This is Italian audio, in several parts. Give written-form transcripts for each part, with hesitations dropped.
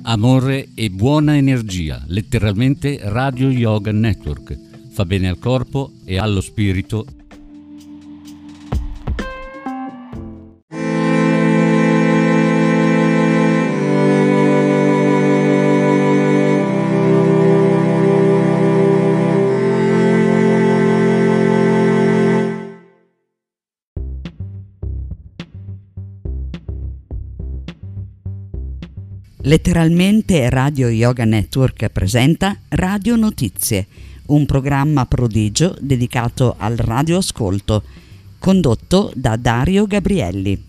Amore e buona energia, letteralmente Radio Yoga Network. Fa bene al corpo e allo spirito. Letteralmente Radio Yoga Network presenta Radio Notizie, un programma prodigio dedicato al radioascolto, condotto da Dario Gabrielli.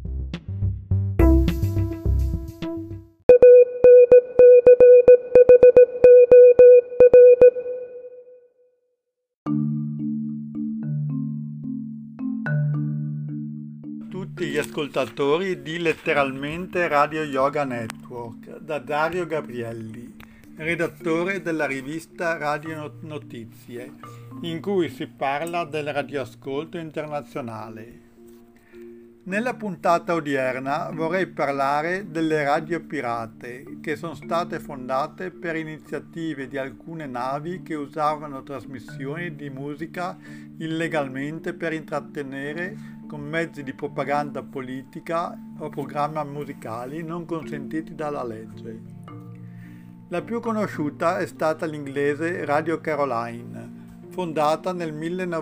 Tutti gli ascoltatori di Letteralmente Radio Yoga Network, da Dario Gabrielli, redattore della rivista Radio Notizie, in cui si parla del radioascolto internazionale. Nella puntata odierna vorrei parlare delle radio pirate, che sono state fondate per iniziative di alcune navi che usavano trasmissioni di musica illegalmente per intrattenere con mezzi di propaganda politica o programmi musicali non consentiti dalla legge. La più conosciuta è stata l'inglese Radio Caroline, fondata nel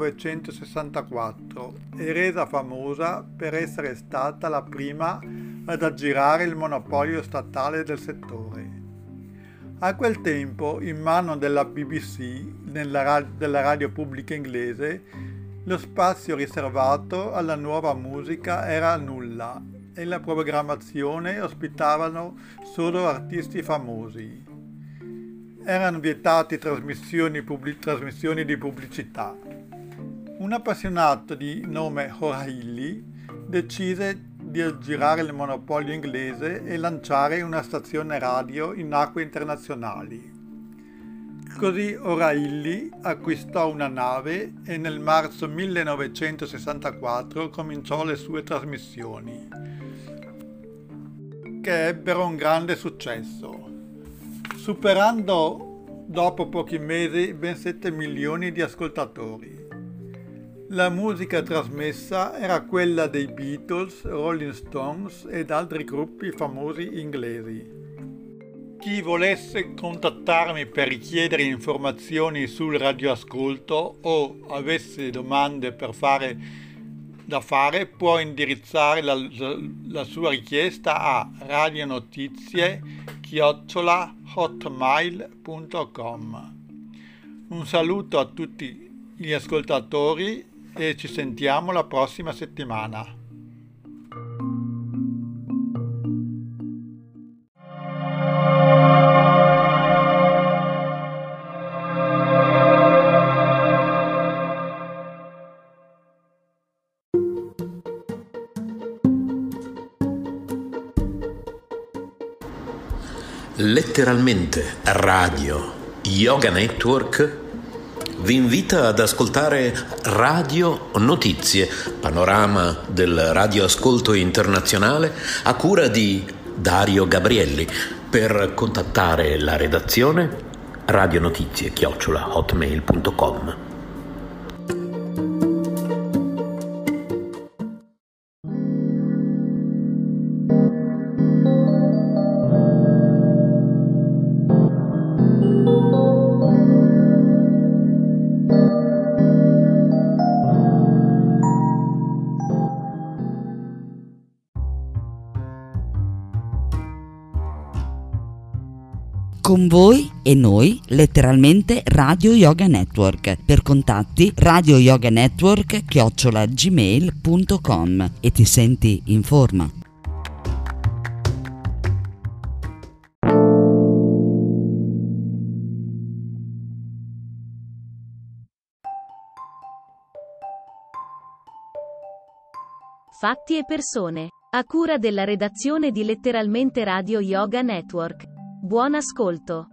1964 e resa famosa per essere stata la prima ad aggirare il monopolio statale del settore. A quel tempo, in mano della BBC, della radio pubblica inglese, lo spazio riservato alla nuova musica era nulla e la programmazione ospitavano solo artisti famosi. Erano vietati trasmissioni di pubblicità. Un appassionato di nome O'Reilly decise di aggirare il monopolio inglese e lanciare una stazione radio in acque internazionali. Così O'Reilly acquistò una nave e nel marzo 1964 cominciò le sue trasmissioni, che ebbero un grande successo, superando dopo pochi mesi ben 7 milioni di ascoltatori. La musica trasmessa era quella dei Beatles, Rolling Stones ed altri gruppi famosi inglesi. Chi volesse contattarmi per richiedere informazioni sul radioascolto o avesse domande da fare può indirizzare la sua richiesta a radionotizie@hotmail.com. Un saluto a tutti gli ascoltatori e ci sentiamo la prossima settimana. Letteralmente Radio Yoga Network vi invita ad ascoltare Radio Notizie, panorama del radioascolto internazionale a cura di Dario Gabrielli. Per contattare la redazione radionotizie@hotmail.com. Con voi e noi, letteralmente Radio Yoga Network. Per contatti radioyoganetwork@gmail.com e ti senti in forma. Fatti e persone. A cura della redazione di Letteralmente Radio Yoga Network. Buon ascolto.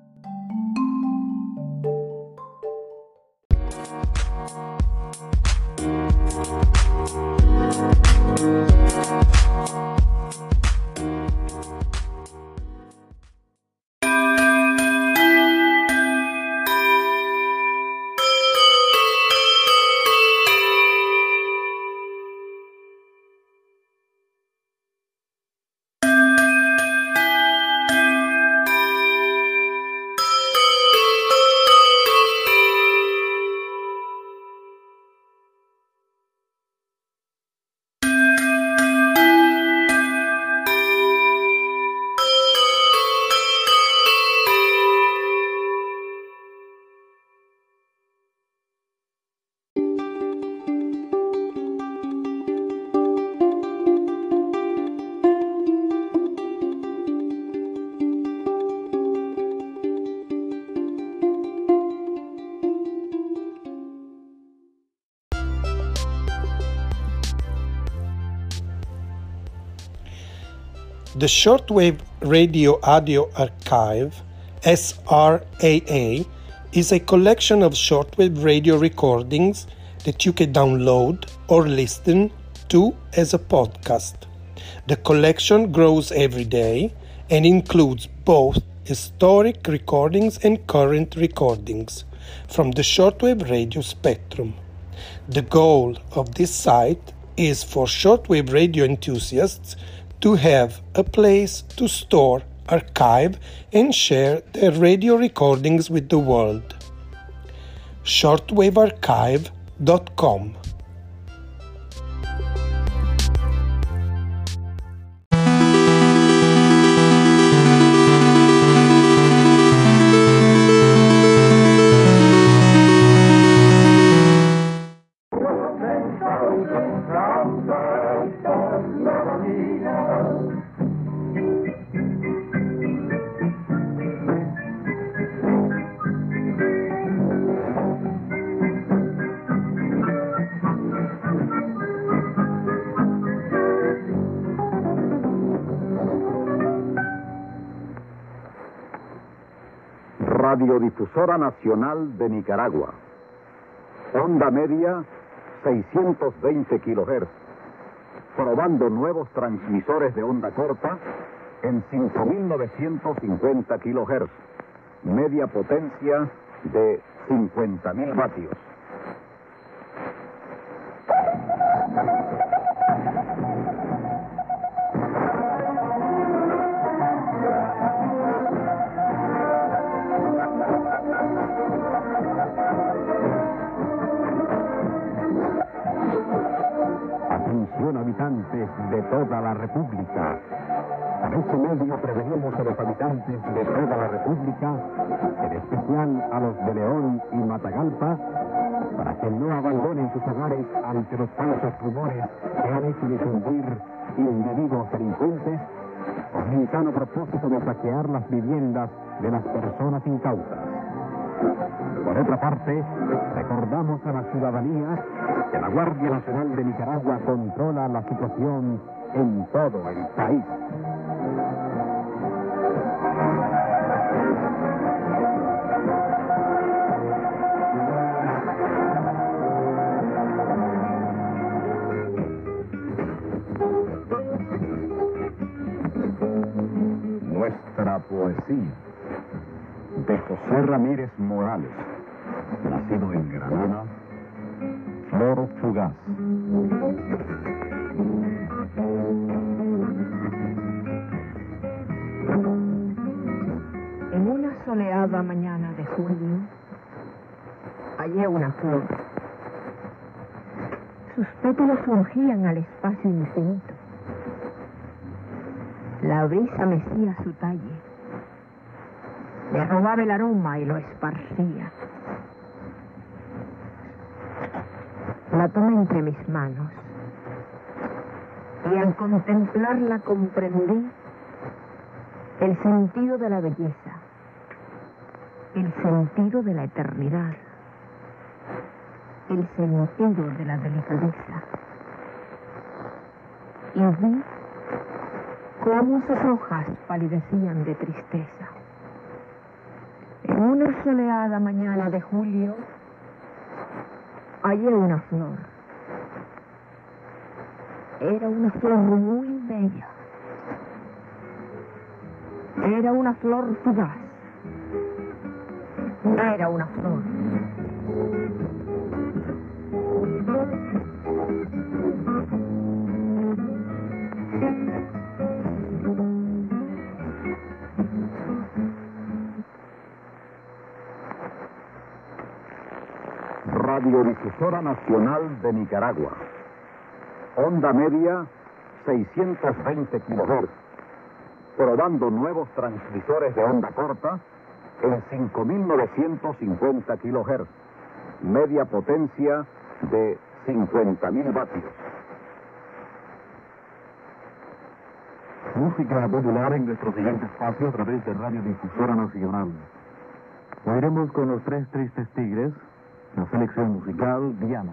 The Shortwave Radio Audio Archive, SRAA, is a collection of shortwave radio recordings that you can download or listen to as a podcast. The collection grows every day and includes both historic recordings and current recordings from the shortwave radio spectrum. The goal of this site is for shortwave radio enthusiasts to have a place to store, archive, and share their radio recordings with the world. shortwavearchive.com. Radiodifusora Nacional de Nicaragua. Onda media 620 kHz. Probando nuevos transmisores de onda corta en 5.950 kHz. Media potencia de 50.000 vatios. Habitantes de toda la República. A este medio prevenimos a los habitantes de toda la República, en especial a los de León y Matagalpa, para que no abandonen sus hogares ante los falsos rumores que han hecho difundir individuos delincuentes con el insano propósito de saquear las viviendas de las personas incautas. Por otra parte, recordamos a la ciudadanía que la Guardia Nacional de Nicaragua controla la situación en todo el país. Nuestra poesía, de José Ramírez Morales, nacido en Granada. Flor fugaz. En una soleada mañana de julio, hallé una flor. Sus pétalos surgían al espacio infinito. La brisa mecía su talle, le robaba el aroma y lo esparcía. La tomé entre mis manos y al contemplarla comprendí el sentido de la belleza, el sentido de la eternidad, el sentido de la delicadeza. Y vi cómo sus hojas palidecían de tristeza. En una soleada mañana de julio, hallé una flor. Era una flor muy bella. Era una flor fugaz. Era una flor. Radiodifusora Nacional de Nicaragua. Onda media 620 kHz. Probando nuevos transmisores de onda corta en 5.950 kHz. Media potencia de 50.000 vatios. Música popular en nuestro siguiente espacio a través de Radiodifusora Nacional. Oiremos con los Tres Tristes Tigres la selección musical Diana.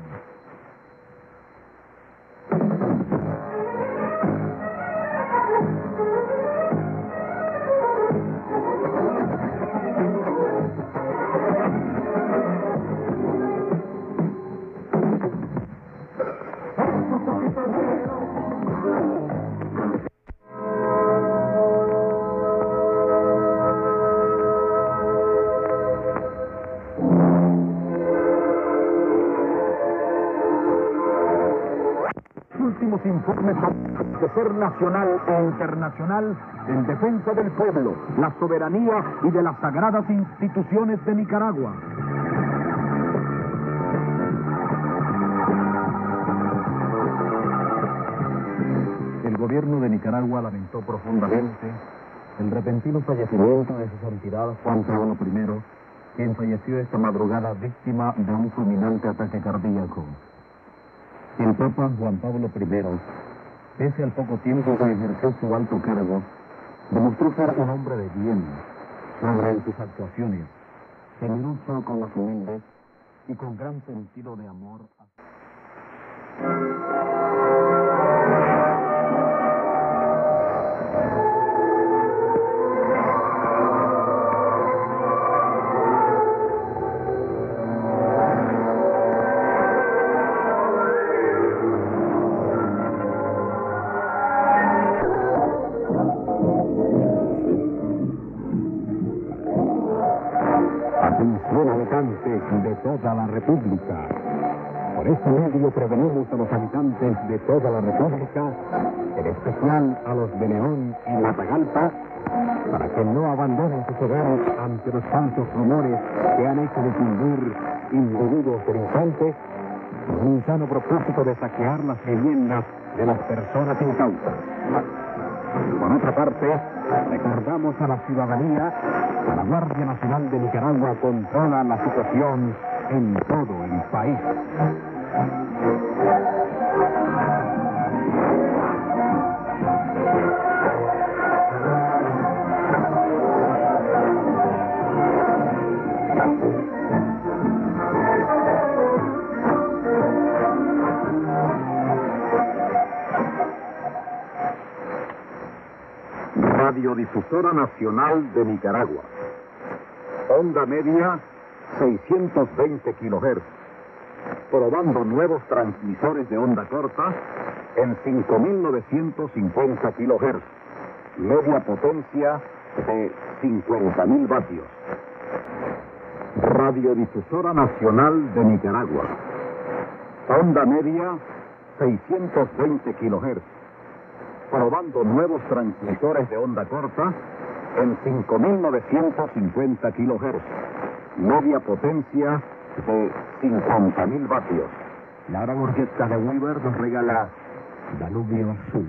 informes de ser nacional e internacional en defensa del pueblo, la soberanía y de las sagradas instituciones de Nicaragua. El gobierno de Nicaragua lamentó profundamente el repentino fallecimiento de su santidad Juan Pablo I, quien falleció esta madrugada víctima de un fulminante ataque cardíaco. El Papa Juan Pablo I, pese al poco tiempo que ejerció su alto cargo, demostró ser un hombre de bien, sobre en sus actuaciones, generoso con los humildes y con gran sentido de amor. Atención, habitantes de toda la República. Por este medio prevenimos a los habitantes de toda la República, en especial a los de León y Matagalpa, para que no abandonen sus hogares ante los falsos rumores que han hecho difundir individuos delincuentes con un sano propósito de saquear las viviendas de las personas incautas. Por otra parte, recordamos a la ciudadanía que la Guardia Nacional de Nicaragua controla la situación en todo el país. Radiodifusora Nacional de Nicaragua. Onda media 620 kHz. Probando nuevos transmisores de onda corta en 5950 kHz. Media potencia de 50.000 vatios. Radiodifusora Nacional de Nicaragua. Onda media 620 kHz. Probando nuevos transmisores de onda corta en 5950 kHz. Media potencia de 50.000 vatios. La gran orquesta de Weaver nos regala Danubio Azul.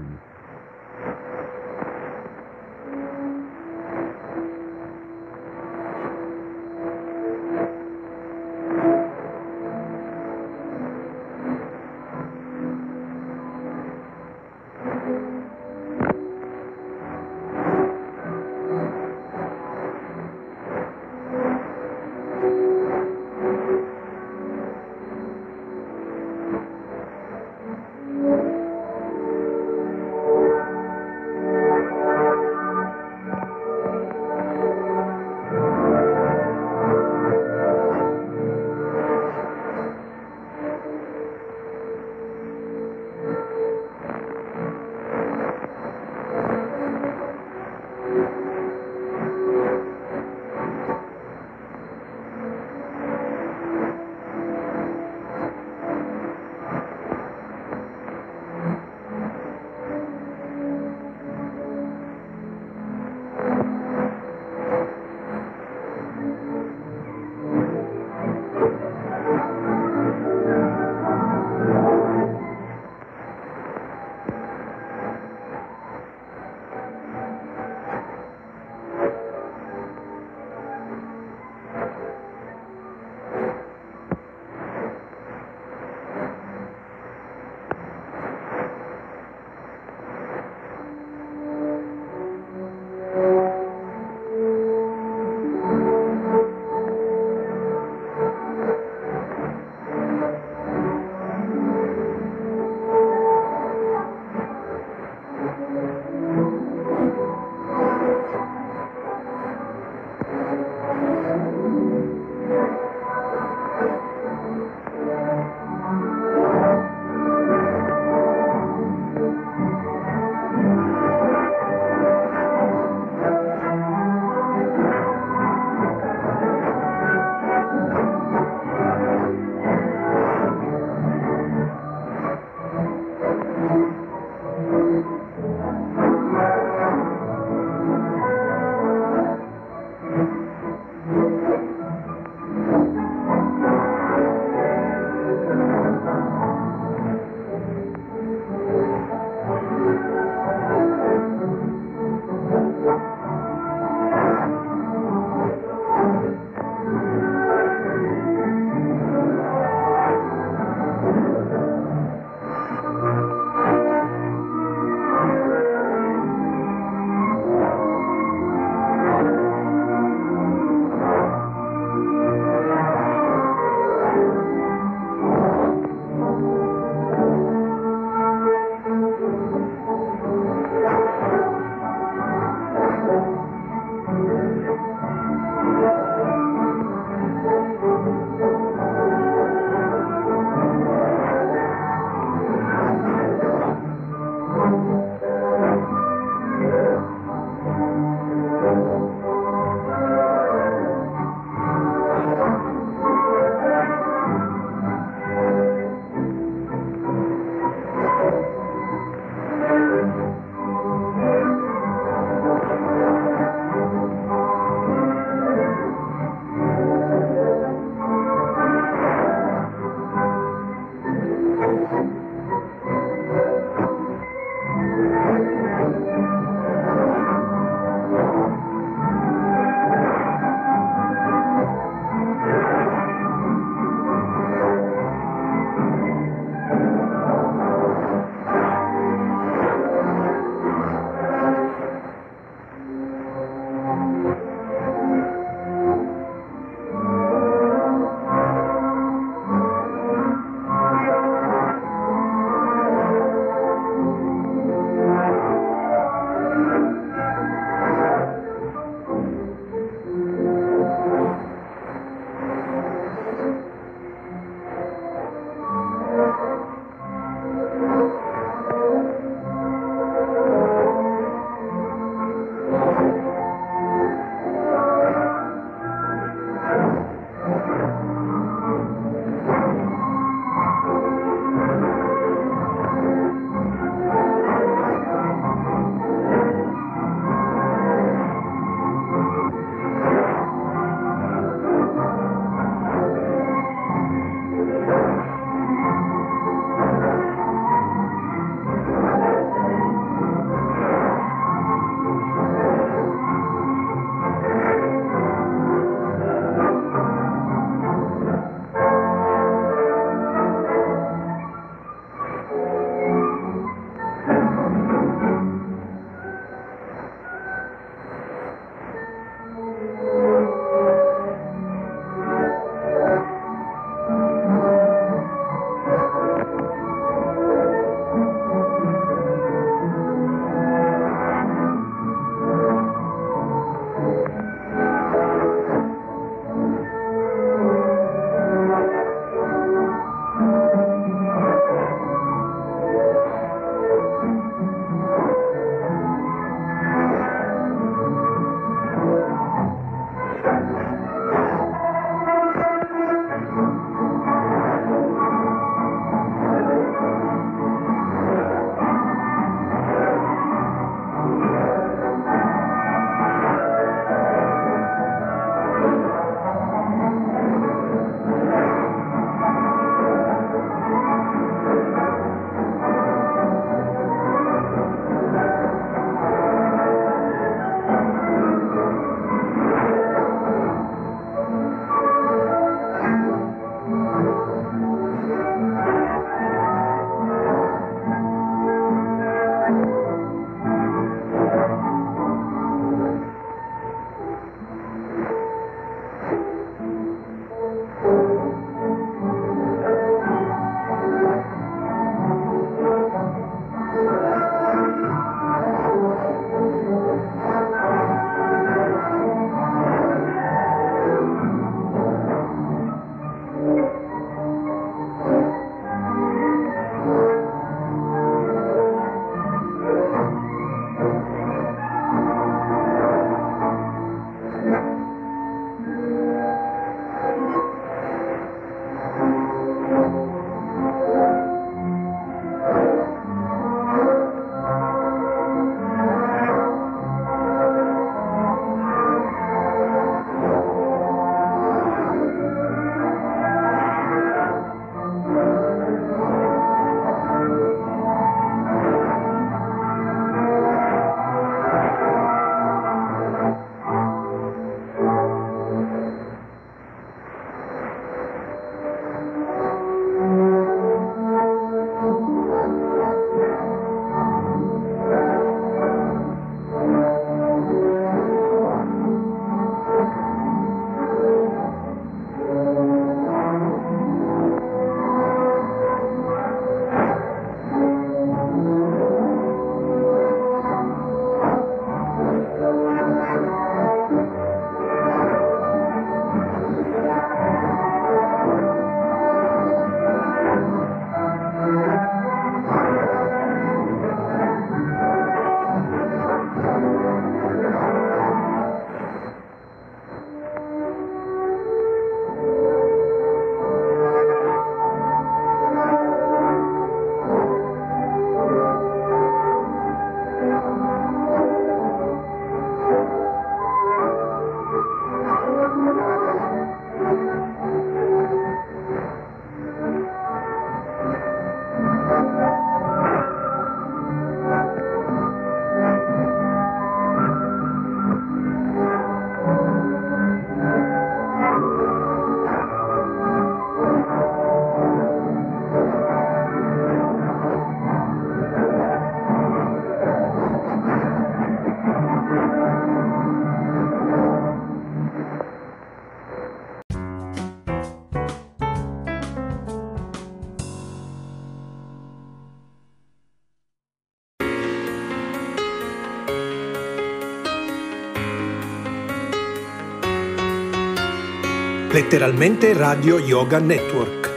Letteralmente Radio Yoga Network.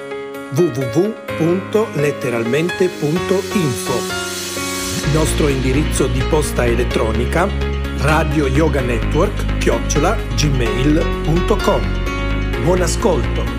www.letteralmente.info. Nostro indirizzo di posta elettronica radioyoganetwork@gmail.com. Buon ascolto.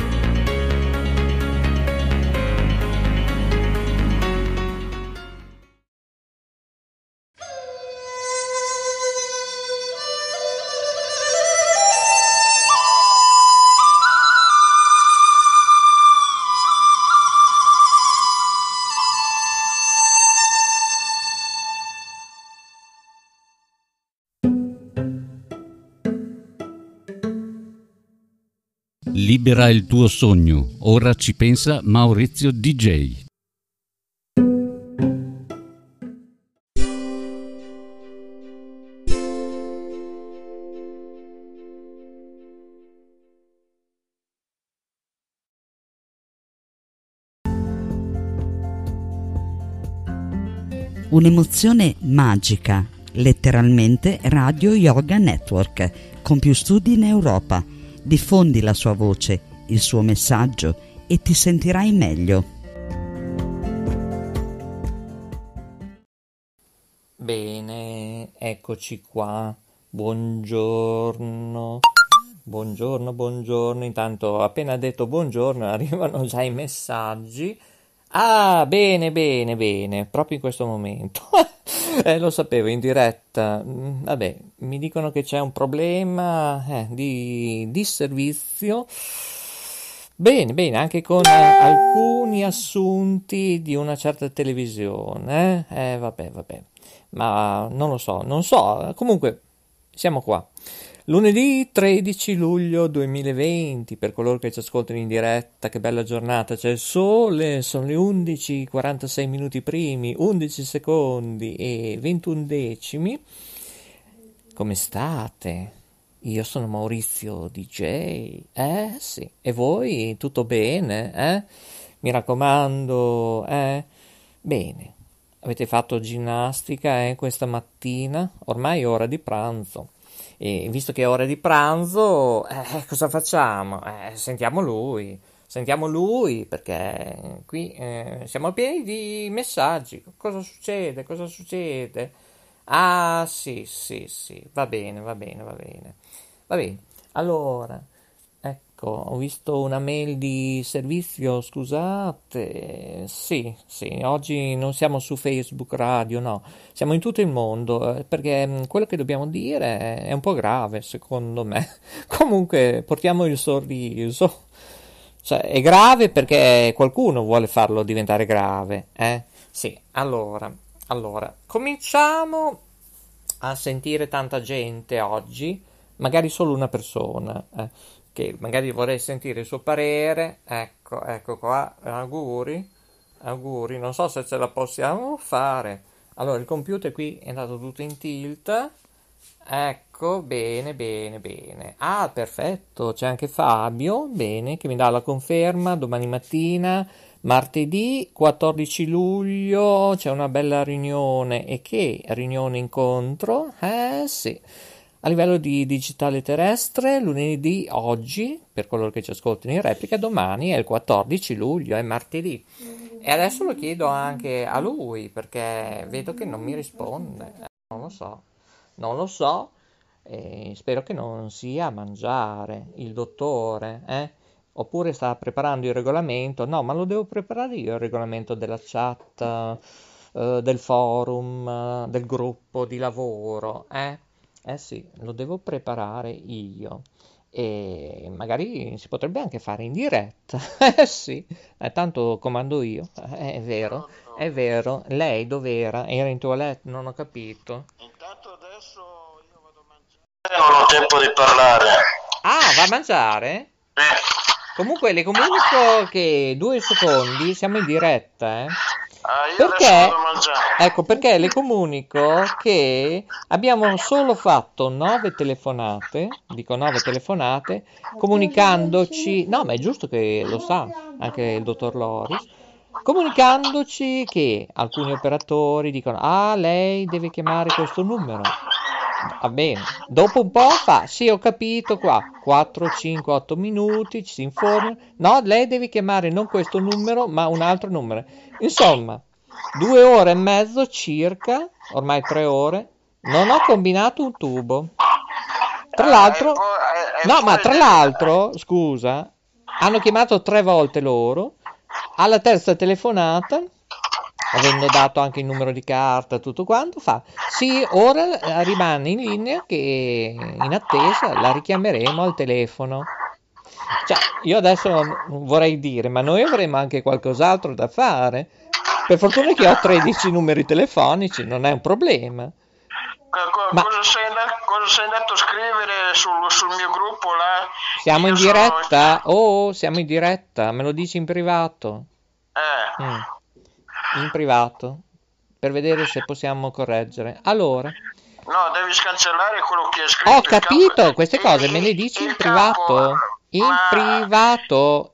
Libera il tuo sogno, ora ci pensa Maurizio DJ. Un'emozione magica, letteralmente Radio Yoga Network, con più studi in Europa. Diffondi la sua voce, il suo messaggio e ti sentirai meglio. Bene, eccoci qua. Buongiorno. Buongiorno. Intanto appena detto buongiorno arrivano già i messaggi. Ah, bene, proprio in questo momento. Lo sapevo, in diretta. Vabbè, mi dicono che c'è un problema di servizio. Bene, anche con alcuni assunti di una certa televisione. Vabbè. Ma non lo so. Comunque, siamo qua. Lunedì 13 luglio 2020, per coloro che ci ascoltano in diretta, che bella giornata, c'è il sole, sono le 11:46 minuti primi, 11 secondi e 21 decimi. Come state? Io sono Maurizio DJ, sì, e voi? Tutto bene, Mi raccomando, Bene, avete fatto ginnastica, questa mattina? Ormai è ora di pranzo. E visto che è ora di pranzo, cosa facciamo? Sentiamo lui, perché qui siamo pieni di messaggi. Cosa succede? Ah, sì, va bene. Allora, ecco, ho visto una mail di servizio, scusate. Sì, oggi non siamo su Facebook Radio, no, siamo in tutto il mondo, perché quello che dobbiamo dire è un po' grave, secondo me. Comunque, portiamo il sorriso. Cioè, è grave perché qualcuno vuole farlo diventare grave, Sì, allora, cominciamo a sentire tanta gente oggi, magari solo una persona, che magari vorrei sentire il suo parere. Ecco qua, auguri, non so se ce la possiamo fare. Allora, il computer qui è andato tutto in tilt. Ecco, bene. Ah, perfetto, c'è anche Fabio, bene, che mi dà la conferma. Domani mattina, martedì 14 luglio, c'è una bella riunione. E che riunione incontro? Sì. A livello di digitale terrestre, lunedì, oggi, per coloro che ci ascoltano in replica, domani è il 14 luglio, è martedì. E adesso lo chiedo anche a lui, perché vedo che non mi risponde. Non lo so, spero che non sia a mangiare il dottore, Oppure sta preparando il regolamento. No, ma lo devo preparare io il regolamento della chat, del forum, del gruppo di lavoro, sì, lo devo preparare io. E magari si potrebbe anche fare in diretta. Sì, tanto comando io. È vero. Lei dov'era? Era in toilette? Non ho capito. Intanto adesso io vado a mangiare. Non ho tempo di parlare. Ah, va a mangiare? Comunque le comunico che 2 secondi, siamo in diretta, Io adesso vado a mangiare. Ecco, perché le comunico che abbiamo solo fatto 9 telefonate, comunicandoci, no, ma è giusto che lo sa anche il dottor Loris, comunicandoci che alcuni operatori dicono: ah, lei deve chiamare questo numero, Va bene, dopo un po' fa, sì, ho capito, qua 4, 5, 8 minuti, ci si informa. No, lei deve chiamare non questo numero ma un altro numero. Insomma, 2 ore e mezzo circa, ormai 3 ore, non ho combinato un tubo. Tra l'altro, no, ma tra l'altro, scusa, hanno chiamato 3 volte loro, alla terza telefonata, avendo dato anche il numero di carta, tutto quanto, fa, sì, ora rimane in linea che in attesa la richiameremo al telefono. Cioè, io adesso vorrei dire, ma noi avremo anche qualcos'altro da fare. Per fortuna che ho 13 numeri telefonici, non è un problema. Cosa sei andato a scrivere sul mio gruppo là? Siamo in diretta? Oh, siamo in diretta, me lo dici in privato? In privato, per vedere se possiamo correggere. Allora. No, devi cancellare quello che hai scritto. Ho capito, queste cose me le dici in privato? In privato.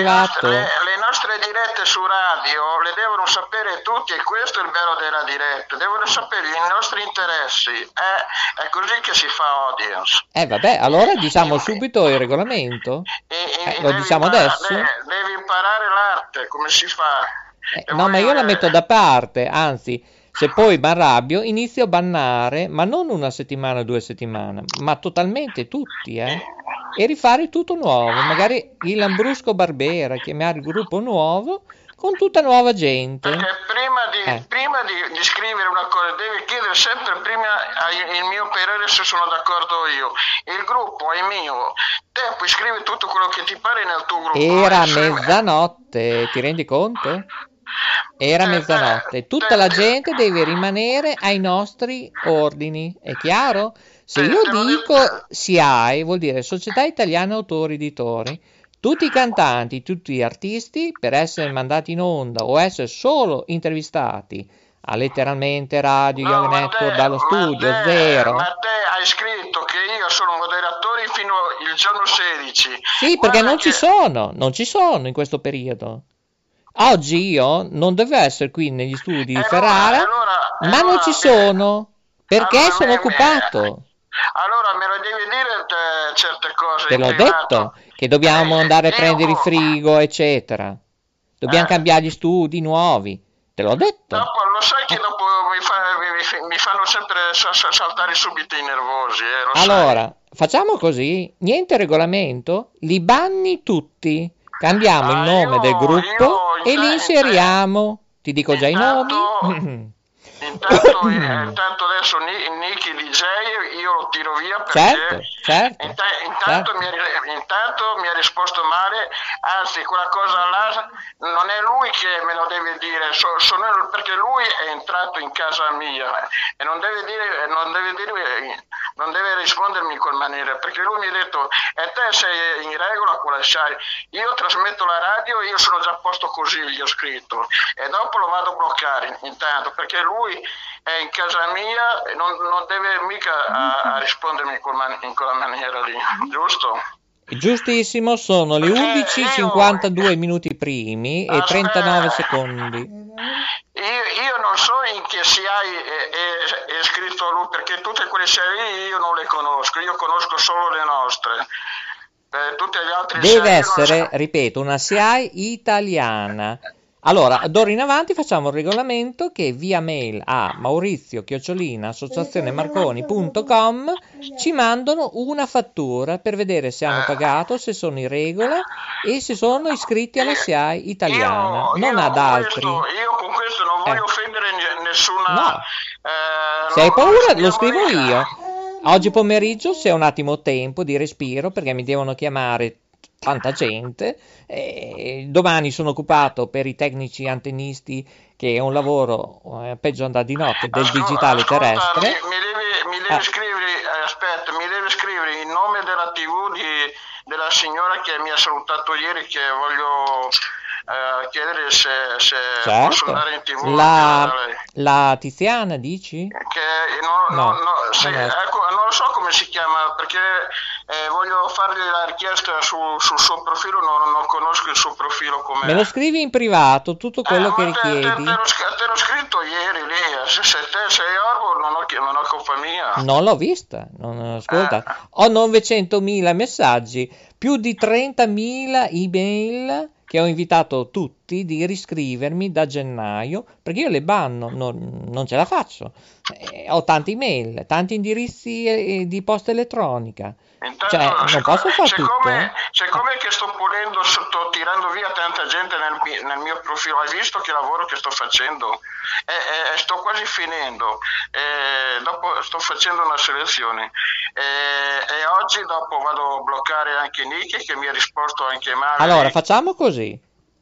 Le nostre dirette su radio le devono sapere tutti, e questo è il vero della diretta. Devono sapere i nostri interessi. È così che si fa audience. Vabbè, allora diciamo subito il regolamento. Lo diciamo adesso? Devi imparare l'arte, come si fa. No, ma io la metto da parte, anzi, se poi mi arrabbio inizio a bannare, ma non 1 settimana, 2 settimane, ma totalmente tutti, e rifare tutto nuovo, magari il Lambrusco Barbera, chiamare il gruppo nuovo con tutta nuova gente. Perché prima di scrivere una cosa devi chiedere sempre prima il mio parere, se sono d'accordo io. Il gruppo è mio, te puoi scrivere tutto quello che ti pare nel tuo gruppo. Era mezzanotte, ti rendi conto? Era mezzanotte, tutta la gente deve rimanere ai nostri ordini, è chiaro? Se io dico SIAE, vuol dire Società Italiana Autori Editori, tutti i cantanti, tutti gli artisti, per essere mandati in onda o essere solo intervistati a letteralmente Radio Yoga Network dallo studio zero. Ma te hai scritto che io sono moderatore fino al giorno 16. Sì, perché non ci sono in questo periodo. Oggi io non dovevo essere qui negli studi di Ferrara, ma non ci sono, perché sono occupato. Allora me lo devi dire certe cose. Te l'ho detto, che dobbiamo andare a prendere il frigo, eccetera. Dobbiamo cambiare gli studi nuovi. Te l'ho detto. Dopo, lo sai che dopo mi fanno sempre saltare subito i nervosi. Allora, facciamo così, niente regolamento, li banni tutti. Cambiamo il nome del gruppo e li inseriamo. Ti dico già i nomi. Intanto adesso Nicky DJ io lo tiro via perché certo. Intanto mi ha risposto male, anzi quella cosa là non è lui che me lo deve dire, sono io, perché lui è entrato in casa mia e non deve rispondermi in quel maniera, perché lui mi ha detto te sei in regola con la SIAE, io trasmetto la radio, io sono già a posto così, gli ho scritto, e dopo lo vado a bloccare intanto, perché lui è in casa mia e non deve mica a rispondermi in quella maniera lì, giusto? Giustissimo, sono le 11:52 minuti primi e 39 secondi. Io non so in che SIAE è scritto lui, perché tutte quelle SIAE io non le conosco, io conosco solo le nostre. Tutte le altre deve essere, ripeto, una SIAE italiana. Allora, d'ora in avanti facciamo un regolamento che via mail a maurizio@associazionemarconi.com ci mandano una fattura per vedere se hanno pagato, se sono in regola e se sono iscritti alla SIAE italiana, non ad altri. Io con questo non voglio offendere nessuna... No, se hai paura lo scrivo io. Oggi pomeriggio, se ho un attimo tempo di respiro, perché mi devono chiamare tanta gente, domani sono occupato per i tecnici antennisti, che è un lavoro peggio andare di notte del digitale terrestre. Mi deve scrivere il nome della TV della signora che mi ha salutato ieri, che voglio chiedere se posso andare in TV. La Tiziana, dici? Non lo so come si chiama, perché voglio fargli la richiesta sul suo profilo, non conosco il suo profilo com'è. Me lo scrivi in privato, tutto quello che richiedi. Te l'ho scritto ieri lì, se te sei orbo non ho colpa mia. Non l'ho vista, ascolta, ho 900.000 messaggi, più di 30.000 email che ho invitato tutti di riscrivermi da gennaio, perché io le banno, non ce la faccio. Ho tanti email, tanti indirizzi di posta elettronica. Intanto, non posso fare tutto. Siccome che sto tirando via tanta gente nel mio profilo, hai visto che lavoro che sto facendo? Sto quasi finendo. Dopo sto facendo una selezione. E oggi dopo vado a bloccare anche Nicky, che mi ha risposto anche male. Allora, facciamo così.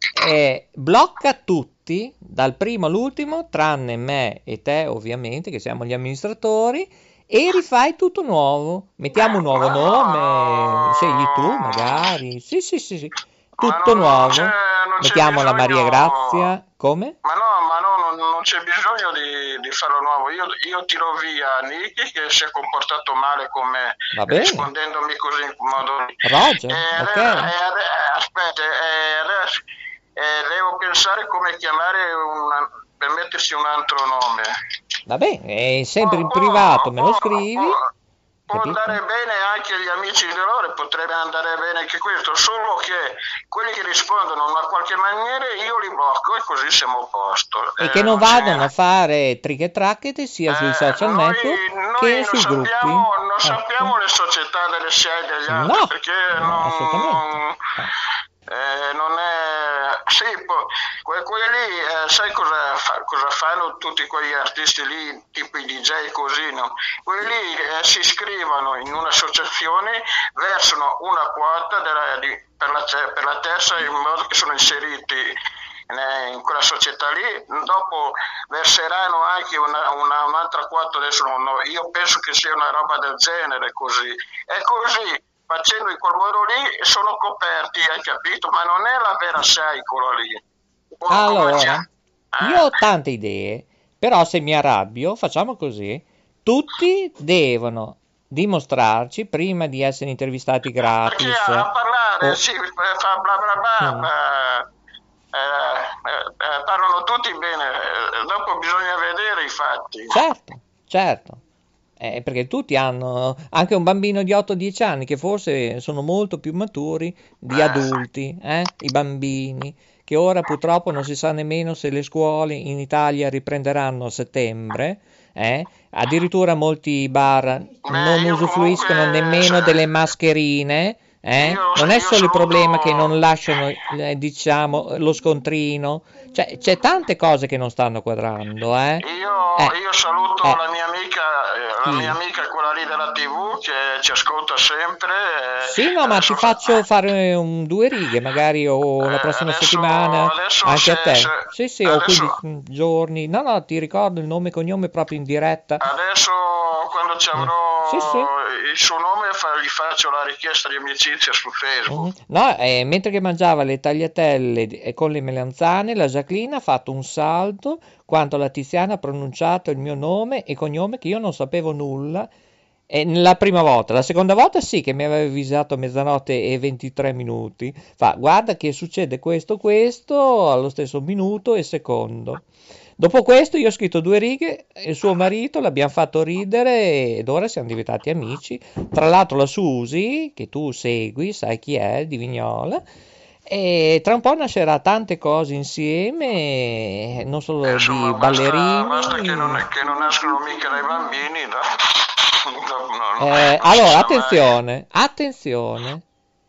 Blocca tutti, dal primo all'ultimo, tranne me e te, ovviamente, che siamo gli amministratori, e rifai tutto nuovo. Mettiamo un nuovo nome, scegli tu magari. Sì. Tutto nuovo. Mettiamo la Maria Grazia. Come? Ma non c'è bisogno di farlo nuovo. Io tiro via Nicky, che si è comportato male con me, rispondendomi così in modo. Roger, ok. Aspetta, adesso devo pensare come chiamare per mettersi un altro nome. Vabbè, è sempre in privato, me lo scrivi. Può andare bene anche agli amici di loro, potrebbe andare bene anche questo, solo che quelli che rispondono in una qualche maniera io li blocco e così siamo a posto. E che non vadano a fare tricche sia sui social network che sui gruppi. Non sappiamo le società delle SIA e degli altri, perché assolutamente. Non è... Sì, quelli lì, sai cosa fanno tutti quegli artisti lì, tipo i DJ così, no? Quelli lì si iscrivono in un'associazione, versano una quota per la terza in modo che sono inseriti in quella società lì, dopo verseranno anche un'altra quota, adesso io penso che sia una roba del genere così, e così facendo in quel modo lì sono coperti, hai capito? Ma non è la vera SEI quella lì. Allora, io ho tante idee, però se mi arrabbio facciamo così: tutti devono dimostrarci prima di essere intervistati gratis. Perché a parlare fa bla bla bla, parlano tutti bene, dopo bisogna vedere i fatti. Certo. Perché tutti hanno, anche un bambino di 8-10 anni, che forse sono molto più maturi di adulti, i bambini, che ora purtroppo non si sa nemmeno se le scuole in Italia riprenderanno a settembre, addirittura molti bar non usufruiscono nemmeno delle mascherine. Non è solo il problema che non lasciano diciamo lo scontrino, cioè c'è tante cose che non stanno quadrando. Io saluto la mia amica quella lì della TV che ci ascolta sempre. Sì, no, ma ti faccio fare 2 righe magari la prossima settimana anche a te. Sì, o 15 giorni. No, ti ricordo il nome e cognome proprio in diretta. Adesso quando ci avrò il suo nome gli faccio la richiesta di amicizia su Facebook. No, mentre che mangiava le tagliatelle con le melanzane, la Jacqueline ha fatto un salto quando la Tiziana ha pronunciato il mio nome e cognome, che io non sapevo nulla la prima volta. La seconda volta sì, che mi aveva avvisato a mezzanotte e 23 minuti. Guarda che succede questo allo stesso minuto e secondo. Dopo questo io ho scritto 2 righe e il suo marito l'abbiamo fatto ridere ed ora siamo diventati amici. Tra l'altro la Susi, che tu segui, sai chi è, di Vignola, e tra un po' nascerà tante cose insieme, non solo di ballerini. Basta che non nascono mica dai bambini. Allora, attenzione.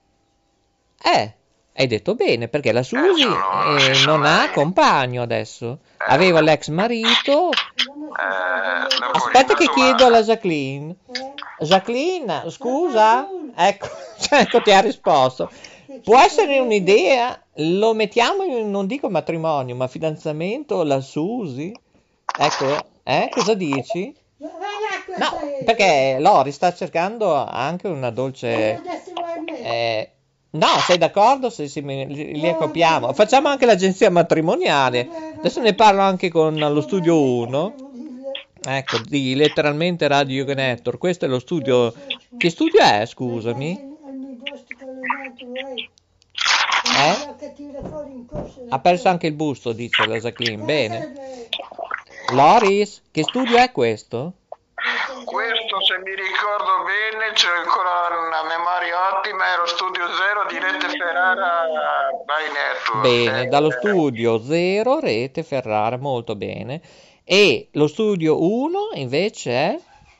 Hai detto bene, perché la Susi non ha compagno adesso. Aveva l'ex marito. Aspetta che chiedo alla Jacqueline. Jacqueline, scusa? Ecco, ti ha risposto. Può essere un'idea? Lo mettiamo in, non dico matrimonio, ma fidanzamento, la Susi? Ecco, cosa dici? No, perché Lori sta cercando anche una dolce... No, sei d'accordo se li accoppiamo? Facciamo anche l'agenzia matrimoniale. Adesso ne parlo anche con lo studio 1. Ecco, di letteralmente Radio Yoga Network. Questo è lo studio Che studio è, scusami? Ha perso anche il busto, dice la Jacqueline. Bene. Loris, che studio è questo? Questo, se mi ricordo bene, c'è ancora una memoria ottima, è lo studio 0 di Rete Ferrara by Network. Bene, dallo studio 0 Rete Ferrara, molto bene. E lo studio 1 invece è?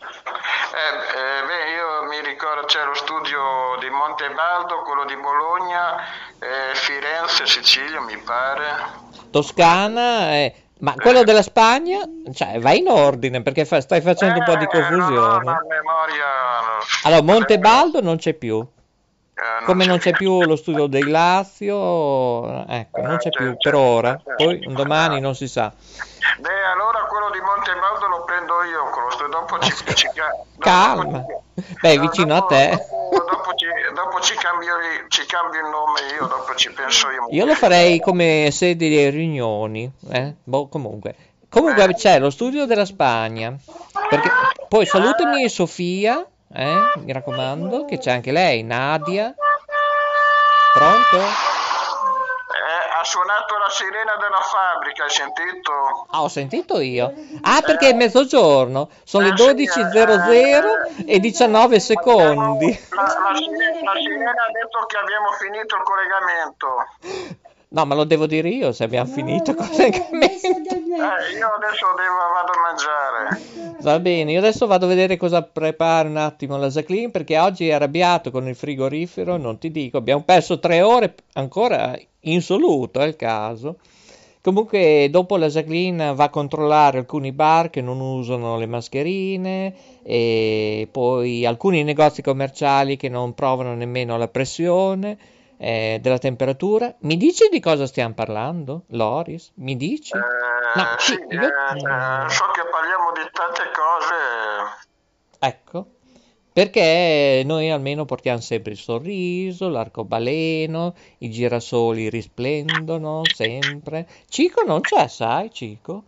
Io mi ricordo c'è lo studio di Montebaldo, quello di Bologna, Firenze, Sicilia mi pare. Toscana, ma quello della Spagna? Cioè, vai in ordine perché stai facendo un po' di confusione. No, memoria. Allora, Montebaldo non c'è più. Come non c'è più lo studio del Lazio, ecco, non c'è più per ora. Poi un domani non si sa. Beh, allora quello di Montebaldo lo prendo io, dopo calma. Beh, vicino a te. Dopo ci cambio il nome io, dopo ci penso io. Io lo farei come sede di riunioni, comunque c'è lo studio della Spagna, perché poi salutami Sofia, mi raccomando, che c'è anche lei, Nadia. Pronto? Ha suonato la sirena della fabbrica, hai sentito? Ho sentito io. Perché è mezzogiorno, sono le 12:00 e 19 secondi. La sirena ha detto che abbiamo finito il collegamento. No, ma lo devo dire io se abbiamo finito il collegamento. Io adesso vado a mangiare. Va bene, io adesso vado a vedere cosa prepara un attimo la Jacqueline, perché oggi è arrabbiato con il frigorifero, non ti dico, abbiamo perso 3 ore ancora insoluto, è il caso. Comunque dopo la Jacqueline va a controllare alcuni bar che non usano le mascherine e poi alcuni negozi commerciali che non provano nemmeno la pressione della temperatura. Mi dici di cosa stiamo parlando, Loris? Mi dici? So che parliamo di tante cose. Ecco, perché noi almeno portiamo sempre il sorriso, l'arcobaleno, i girasoli risplendono sempre. Cico non c'è, sai, Cico?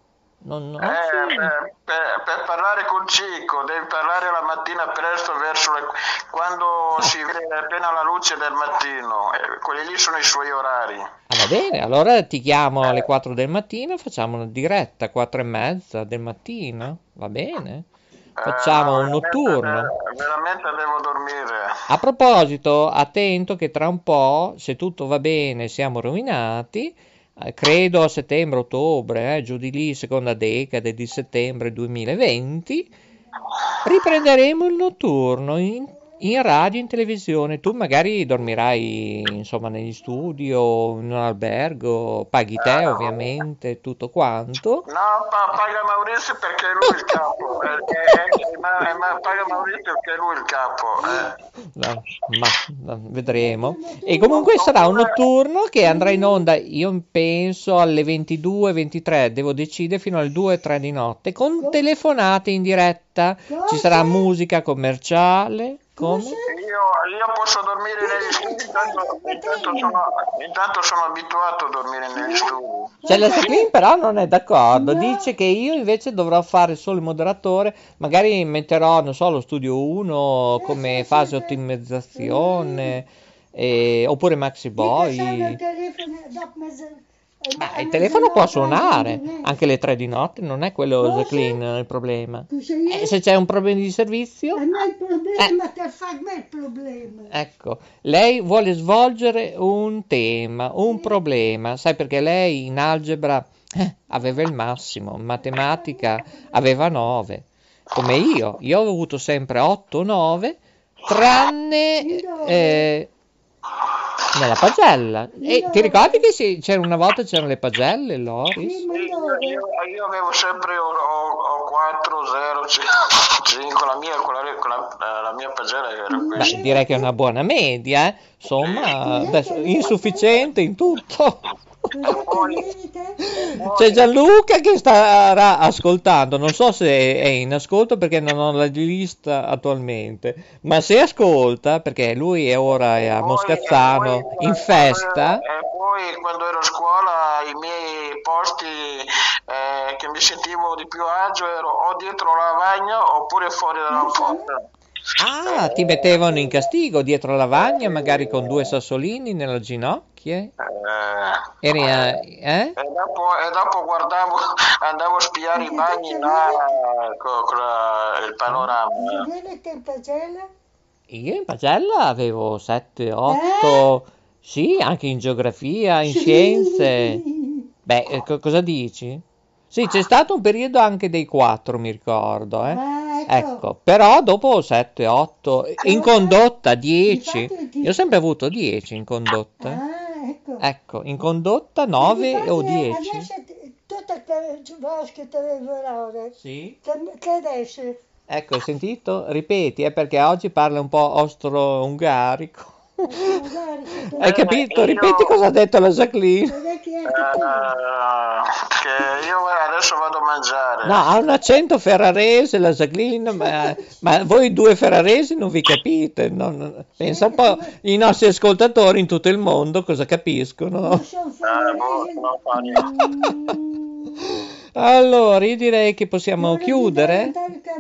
Per parlare con Cico devi parlare la mattina presto, quando si vede appena la luce del mattino, quelli lì sono i suoi orari. Va bene, allora ti chiamo alle 4 del mattino, facciamo una diretta 4:30 del mattino, va bene? Facciamo un notturno. Veramente devo dormire. A proposito, attento che tra un po', se tutto va bene, siamo rovinati. Credo a settembre-ottobre, giù di lì, seconda decade di settembre 2020, riprenderemo il notturno in radio, in televisione. Tu magari dormirai, insomma, negli studi o in un albergo, paghi te ovviamente, tutto quanto. No, paga Maurizio perché lui è il capo, ma paga Maurizio perché lui è il capo. Ma vedremo. E comunque sarà un notturno che andrà in onda, io penso, alle 22-23, devo decidere, fino alle 2-3 di notte, con telefonate in diretta. Ci sarà musica commerciale. Come? Io posso dormire negli studi, intanto sono abituato a dormire negli studi. Cioè la Jacqueline però non è d'accordo, dice che io invece dovrò fare solo il moderatore, magari metterò, non so, lo studio 1 come fase ottimizzazione, oppure Maxi Boy. Ma il telefono può suonare anche le 3 di notte, non è quello, Jacqueline, il problema. Se c'è un problema di servizio, il problema. Ecco, lei vuole svolgere un tema, un problema, sai, perché lei in algebra aveva il massimo, in matematica aveva 9, come io ho avuto sempre 8-9, tranne nella pagella. E ti ricordi che c'era una volta, c'erano le pagelle, Loris? Io avevo sempre o 4, 0, 5, la mia pagella era questa. Beh, direi che è una buona media, insomma, adesso, insufficiente in tutto. C'è Gianluca che starà ascoltando, non so se è in ascolto perché non ho la lista attualmente, ma se ascolta, perché lui ora è a Moscazzano in festa. E poi quando ero a scuola i miei posti che mi sentivo di più agio ero o dietro la lavagna oppure fuori dalla porta. Ah, ti mettevano in castigo dietro la lavagna, magari con 2 sassolini nelle ginocchia? E dopo andavo a spiare i bagni là con il panorama. Io in pagella avevo 7, 8, sì, anche in geografia, in scienze. Beh, cosa dici? Sì, c'è stato un periodo anche dei 4, mi ricordo, Ecco, però dopo 7, 8, in condotta 10. Io ho sempre avuto 10 in condotta. Ecco, in condotta 9 o 10. Tutte le volte che ti avevo ora. Sì. Che adesso. Ecco, hai sentito? Ripeti, perché oggi parla un po' austro-ungarico. Hai capito? Ripeti cosa ha detto la Jacqueline. Che io adesso vado a mangiare. No, ha un accento ferrarese la Jacqueline, ma voi 2 ferraresi non vi capite. Pensa un po' i nostri ascoltatori in tutto il mondo cosa capiscono. Allora, io direi che possiamo chiudere.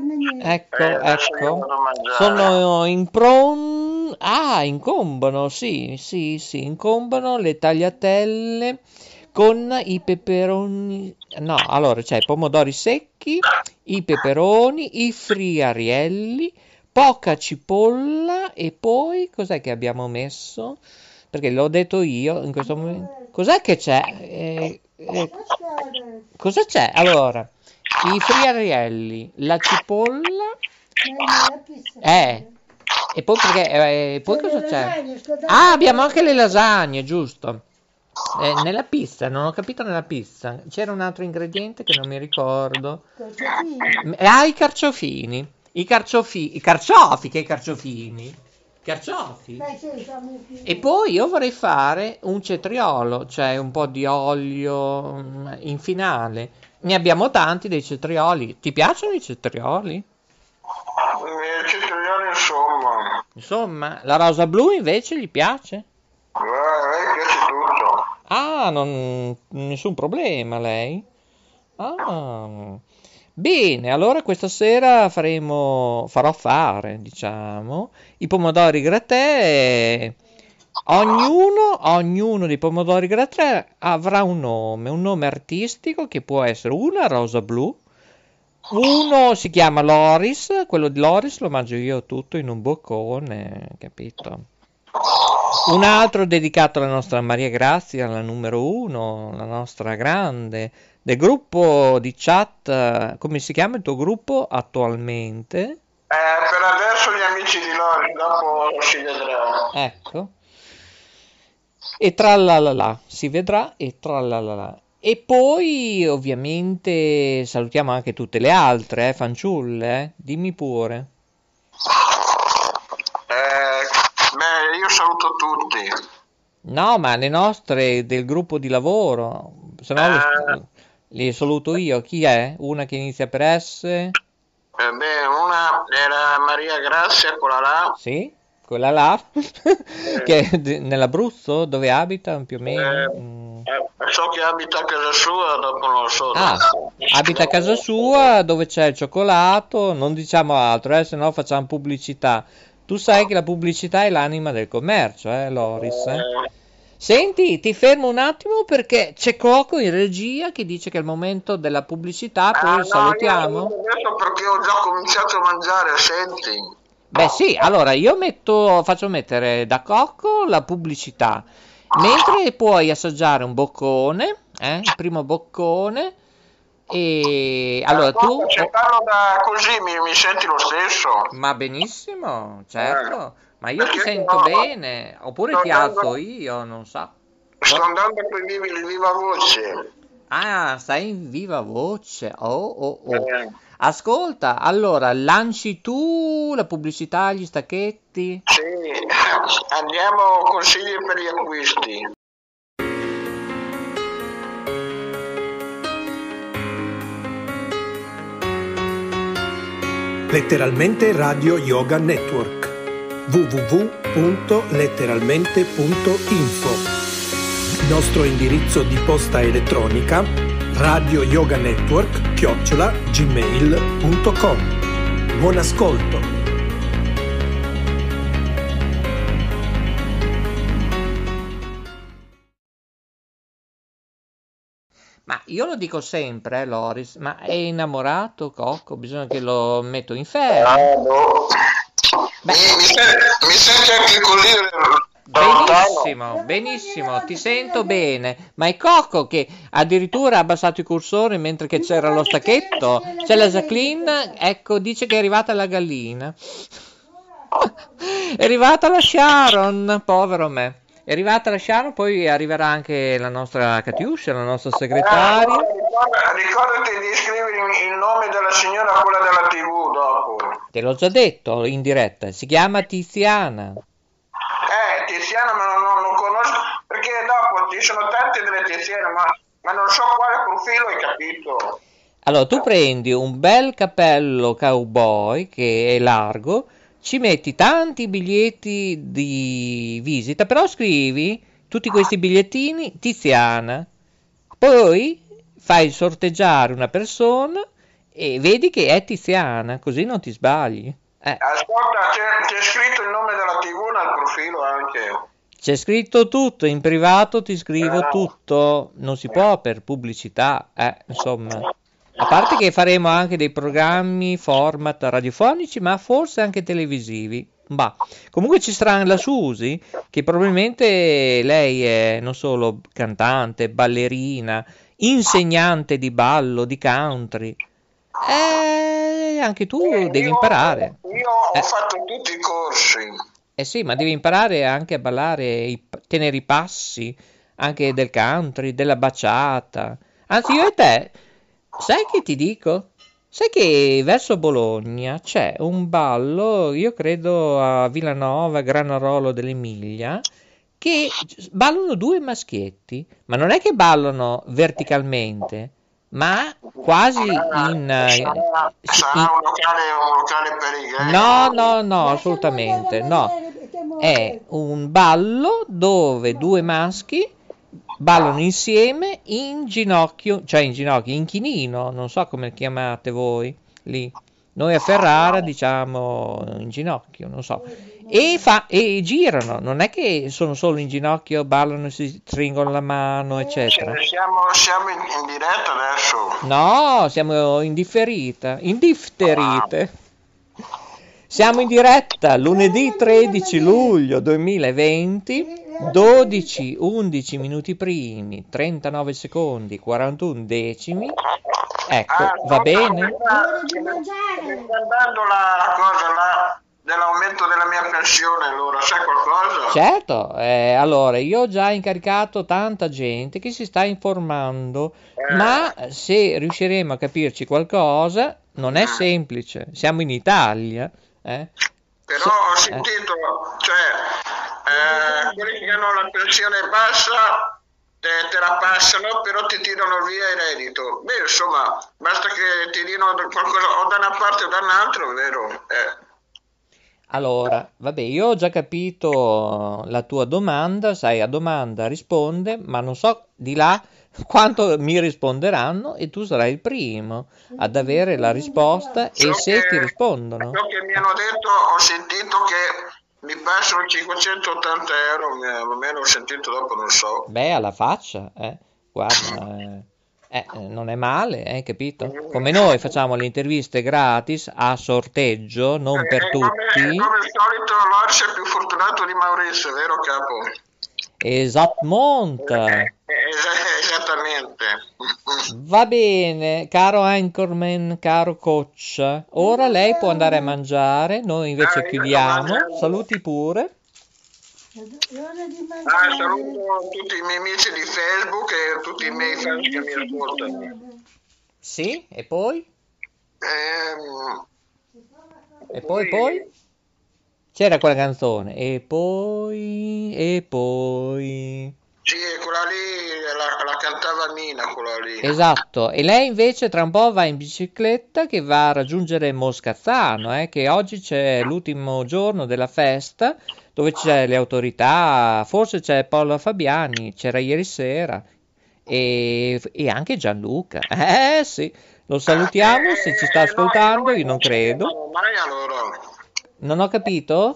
Ecco. Sono incombono, sì, incombono le tagliatelle con i peperoni. No, allora c'è i pomodori secchi, i peperoni, i friarielli, poca cipolla e poi cos'è che abbiamo messo? Perché l'ho detto io in questo momento. Cos'è che c'è? Cosa c'è? Allora, i friarielli, la cipolla, e poi perché poi cosa c'è? Ah, abbiamo anche le lasagne, giusto? Nella pizza, non ho capito nella pizza. C'era un altro ingrediente che non mi ricordo. I carciofini. I carciofi, che i carciofini? Carciofi. E poi io vorrei fare un cetriolo, cioè un po' di olio in finale. Ne abbiamo tanti dei cetrioli. Ti piacciono i cetrioli? I cetrioli, insomma, la rosa blu invece gli piace? A lei piace tutto. Ah, nessun problema lei? Ah. Bene, allora questa sera farò fare, diciamo, i pomodori grattè. Ognuno dei pomodori grattè avrà un nome artistico che può essere una rosa blu, uno si chiama Loris, quello di Loris lo mangio io tutto in un boccone, capito? Un altro dedicato alla nostra Maria Grazia, la numero 1, la nostra grande, del gruppo di chat. Come si chiama il tuo gruppo attualmente? Per adesso gli amici di Loris, dopo si vedrà. Ecco. E tralala, si vedrà e tralala. E poi ovviamente salutiamo anche tutte le altre, fanciulle, dimmi pure. Io saluto tutti. No, ma le nostre del gruppo di lavoro, se no li saluto io. Chi è? Una che inizia per S? Una era Maria Grazia, quella là. Sì, quella là, che è nell'Abruzzo, dove abita più o meno? So che abita a casa sua, dopo non lo so. Abita a casa sua, dove c'è il cioccolato, non diciamo altro, se no facciamo pubblicità. Tu sai che la pubblicità è l'anima del commercio, Loris? Senti, ti fermo un attimo perché c'è Coco in regia che dice che è il momento della pubblicità, poi salutiamo. Io adesso perché ho già cominciato a mangiare, senti. Beh sì, allora io faccio mettere da Coco la pubblicità, mentre puoi assaggiare un boccone, il primo boccone, e allora tu... Se parlo da così mi senti lo stesso? Ma benissimo, certo, ma io ti sento bene, oppure ti alzo io, non so. Sto andando per il viva voce. Ah, stai in viva voce, oh. Ascolta, allora, lanci tu la pubblicità, gli stacchetti? Sì, andiamo consigli per gli acquisti. Letteralmente Radio Yoga Network www.letteralmente.info. Nostro indirizzo di posta elettronica radioyoganetwork@gmail.com. Buon ascolto. Ma io lo dico sempre, Loris, ma è innamorato Cocco? Bisogna che lo metto in ferie. No. Mi senti anche così? Benissimo, benissimo, ti sento bene. Ma è Cocco che addirittura ha abbassato i cursori mentre che c'era lo stacchetto. C'è la Jacqueline, ecco, dice che è arrivata la gallina. È arrivata la Sharon, povero me. È arrivata la Sharon, poi arriverà anche la nostra Katiuscia, la nostra segretaria. Ricordati di scrivere il nome della signora, quella della TV dopo. Te l'ho già detto in diretta, si chiama Tiziana. Tiziana, ma non conosco, perché dopo ci sono tante delle Tiziane, ma non so quale profilo, hai capito? Allora, tu prendi un bel cappello cowboy che è largo, ci metti tanti biglietti di visita, però scrivi tutti questi bigliettini Tiziana, poi fai sorteggiare una persona e vedi che è Tiziana, così non ti sbagli. Ascolta, c'è scritto il nome della TV nel profilo anche. C'è scritto tutto, in privato ti scrivo tutto, non si può per pubblicità, insomma. A parte che faremo anche dei programmi, format radiofonici, ma forse anche televisivi. Bah. Comunque ci sarà la Susi, che probabilmente lei è non solo cantante, ballerina, insegnante di ballo, di country. Anche tu devi imparare. Io ho fatto tutti i corsi. Sì, ma devi imparare anche a ballare, tenere i passi, anche del country, della baciata. Anzi, io e te, sai che ti dico? Sai che verso Bologna c'è un ballo, io credo a Villanova, Granarolo dell'Emilia, che ballano due maschietti, ma non è che ballano verticalmente, ma quasi sarà un locale per i gay? No, assolutamente no. È un ballo dove due maschi ballano insieme in ginocchio, in chinino, non so come chiamate voi lì. Noi a Ferrara diciamo in ginocchio, non so. E girano, non è che sono solo in ginocchio, ballano, si stringono la mano, eccetera. Siamo in diretta adesso? No, siamo in difterite. Siamo in diretta lunedì 13 luglio 2020, 11 minuti primi, 39 secondi, 41 decimi. Ecco, va bene? Mi sta dando la cosa là dell'aumento della mia pensione, allora, sai qualcosa? Certo, allora io ho già incaricato tanta gente che si sta informando, ma se riusciremo a capirci qualcosa non è semplice, siamo in Italia. Però ho sentito, quelli che hanno la pensione bassa te la passano, però ti tirano via il reddito. Beh, insomma, basta che ti diano qualcosa o da una parte o da un'altra, vero? Allora, vabbè, io ho già capito la tua domanda, sai, a domanda risponde, ma non so di là quanto mi risponderanno e tu sarai il primo ad avere la risposta e se ti rispondono. Ciò che mi hanno detto, ho sentito che mi passano 580 euro, almeno ho sentito dopo, non so. Beh, alla faccia, guarda, non è male, capito? Come noi facciamo le interviste gratis a sorteggio, non per tutti. Come al solito Loris è più fortunato di Maurizio, vero capo? Esattamente. Esattamente. Va bene, caro anchorman, caro coach, ora lei può andare a mangiare, noi invece chiudiamo, saluti pure. Saluto tutti i miei amici di Facebook e tutti i miei fans che mi ascoltano. Sì, e poi? E poi? C'era quella canzone, e poi... Sì, quella lì, la cantava Mina, quella lì. Esatto, e lei invece tra un po' va in bicicletta che va a raggiungere Moscazzano, che oggi c'è l'ultimo giorno della festa, dove c'è le autorità, forse c'è Paolo Fabiani, c'era ieri sera, e anche Gianluca, sì, lo salutiamo se ci sta ascoltando, io non credo. Mai allora. Non ho capito?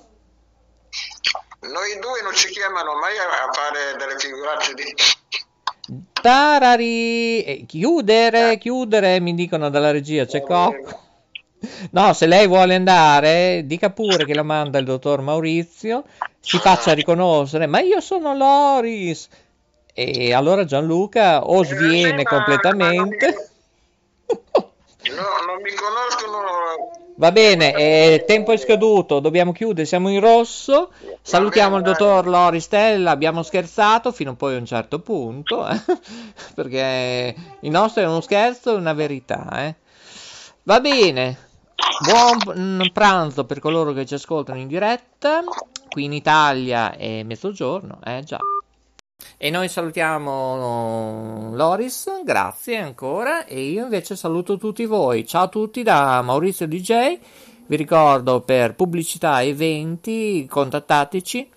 Noi due non ci chiamano mai a fare delle figuracce Tarari, chiudere, mi dicono dalla regia, c'è Cocco. No, se lei vuole andare, dica pure che la manda il dottor Maurizio, si faccia riconoscere, ma io sono Loris. E allora Gianluca o sviene completamente. Non mi conoscono. Va bene, tempo è scaduto, dobbiamo chiudere, siamo in rosso. Salutiamo il dottor Loristella, abbiamo scherzato fino poi a un certo punto, perché il nostro è uno scherzo e una verità. Va bene, buon pranzo per coloro che ci ascoltano in diretta, qui in Italia è mezzogiorno, già. E noi salutiamo Loris, grazie ancora, e io invece saluto tutti voi. Ciao a tutti da Maurizio DJ, vi ricordo per pubblicità e eventi contattateci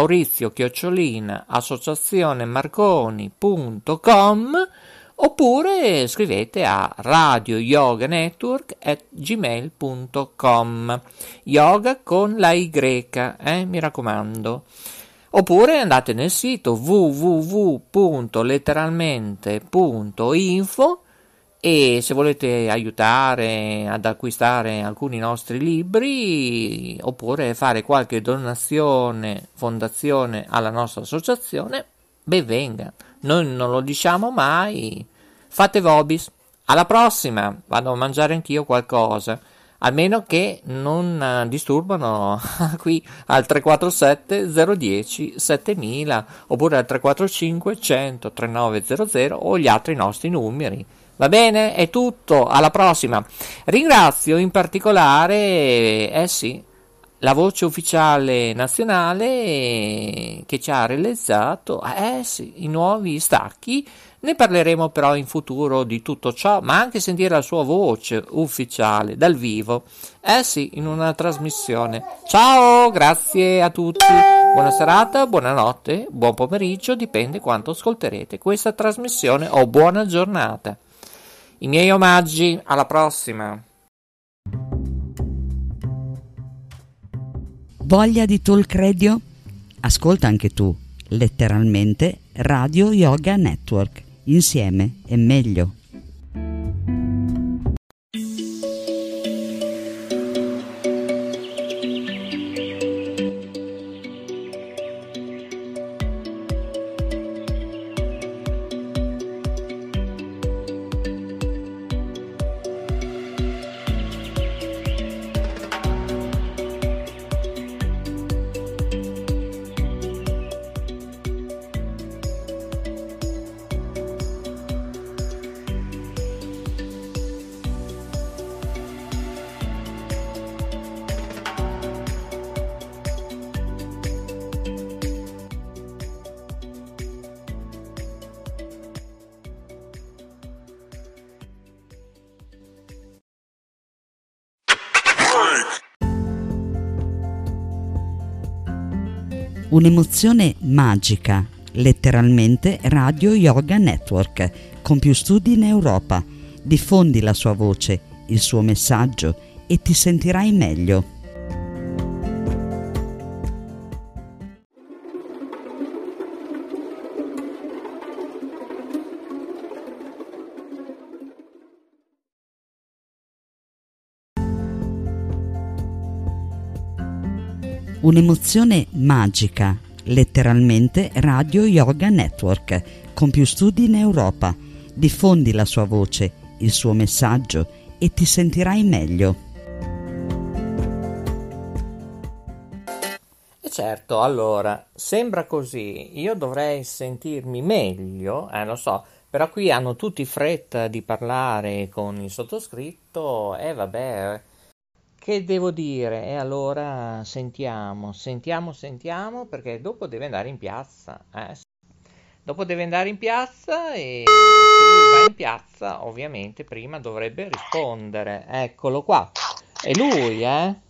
maurizio@associazionemarconi.com oppure scrivete a radioyoganetwork@gmail.com, yoga con la Y, mi raccomando. Oppure andate nel sito www.letteralmente.info e se volete aiutare ad acquistare alcuni nostri libri oppure fare qualche donazione, fondazione alla nostra associazione, ben venga. Noi non lo diciamo mai. Fate vobis. Alla prossima. Vado a mangiare anch'io qualcosa. Almeno che non disturbano qui al 347 010 7000 oppure al 345 100 3900 o gli altri nostri numeri. Va bene? È tutto, alla prossima. Ringrazio in particolare, la voce ufficiale nazionale che ci ha realizzato, i nuovi stacchi. Ne parleremo però in futuro di tutto ciò, ma anche sentire la sua voce ufficiale dal vivo, in una trasmissione. Ciao, grazie a tutti, buona serata, buonanotte, buon pomeriggio, dipende quanto ascolterete questa trasmissione o buona giornata. I miei omaggi, alla prossima. Voglia di talk radio? Ascolta anche tu, letteralmente Radio Yoga Network. Insieme è meglio. Un'emozione magica, letteralmente Radio Yoga Network, con più studi in Europa. Diffondi la sua voce, il suo messaggio e ti sentirai meglio. Un'emozione magica, letteralmente Radio Yoga Network, con più studi in Europa. Diffondi la sua voce, il suo messaggio e ti sentirai meglio. E certo, allora, sembra così, io dovrei sentirmi meglio, lo so, però qui hanno tutti fretta di parlare con il sottoscritto e vabbè... Che devo dire? E allora sentiamo, perché dopo deve andare in piazza. Dopo deve andare in piazza e se lui va in piazza, ovviamente prima dovrebbe rispondere. Eccolo qua. È lui,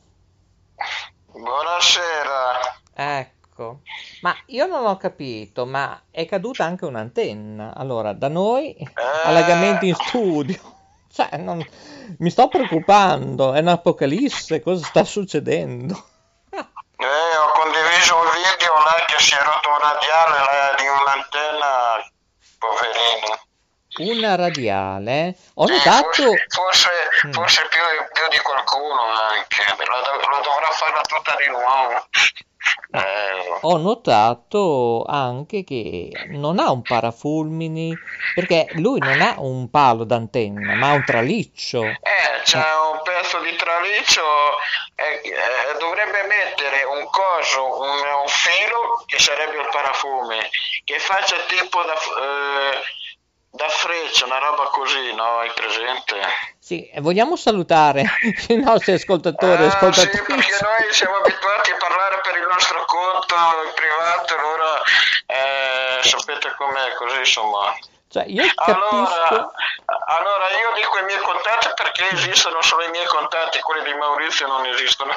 Buonasera. Ecco. Ma io non ho capito, ma è caduta anche un'antenna. Allora, da noi, allagamenti in studio. Cioè, mi sto preoccupando, è un'apocalisse, cosa sta succedendo? Ho condiviso un video là che si è rotto un radiale di un'antenna, poverino. una radiale. Ho notato... Forse più di qualcuno anche, lo dovrà farla tutta di nuovo. Ho notato anche che non ha un parafulmini, perché lui non ha un palo d'antenna, ma ha un traliccio. C'è un pezzo di traliccio, dovrebbe mettere un coso, un filo, che sarebbe il parafulmine, che faccia tipo da freccia, una roba così, no? Hai presente? Sì, vogliamo salutare i nostri ascoltatori e ascoltatrici. Sì, perché noi siamo abituati a parlare per il nostro conto in privato, allora sapete com'è, così insomma. Cioè, io capisco... Allora io dico i miei contatti perché esistono solo i miei contatti, quelli di Maurizio non esistono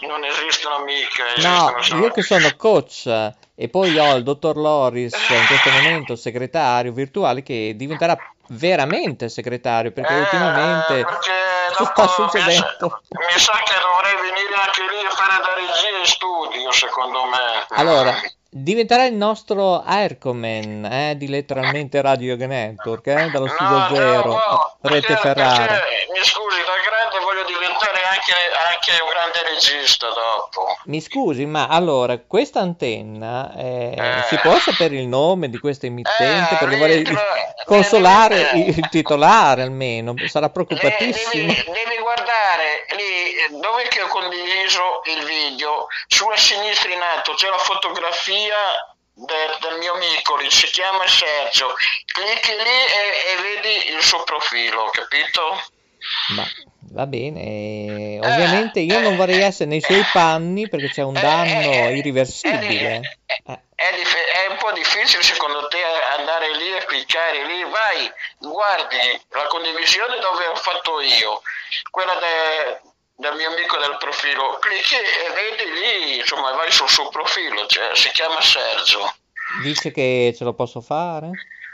mica. No, io che sono coach e poi ho il dottor Loris in questo momento segretario virtuale che diventerà veramente segretario perché ultimamente sta succedendo. Mi sa che dovrei venire anche lì a fare da regia in studio, secondo me. Allora, diventerà il nostro Aircoman di letteralmente Radio Yoga Network, dallo studio zero, Rete Ferrara. Mi scusi, da grande voglio diventare anche un grande regista dopo. Mi scusi, ma allora, questa antenna, si può sapere il nome di questa emittente? Perché vorrei consolare il titolare almeno, sarà preoccupatissimo. Devi guardare lì dove che ho condiviso il video, sulla sinistra in alto c'è la fotografia del mio amico, si chiama Sergio, clicchi lì e vedi il suo profilo, capito? Ma va bene, ovviamente io non vorrei essere nei suoi panni perché c'è un danno irreversibile. È un po' difficile secondo te andare lì e cliccare lì, vai, guardi la condivisione dove ho fatto io, quella del mio amico del profilo, clicchi e vedi lì, insomma vai sul suo profilo, cioè, si chiama Sergio. Dice che ce lo posso fare?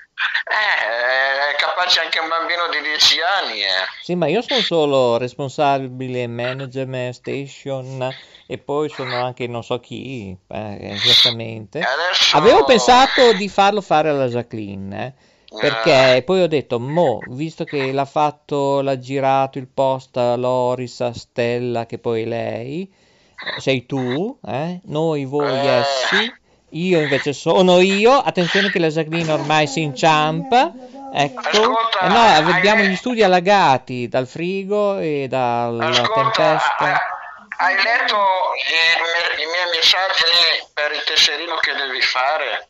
È capace anche un bambino di 10 anni. Sì, ma io sono solo responsabile management station e poi sono anche non so chi, esattamente. Adesso... Avevo pensato di farlo fare alla Jacqueline, perché poi ho detto, visto che l'ha girato il post a Loris, a Stella, che poi lei, sei tu, noi, voi, essi. Io invece sono io, attenzione che la Jacqueline ormai si inciampa, ecco. Ascolta, no, abbiamo gli studi allagati dal frigo e dalla tempesta. Hai letto i miei messaggi per il tesserino che devi fare?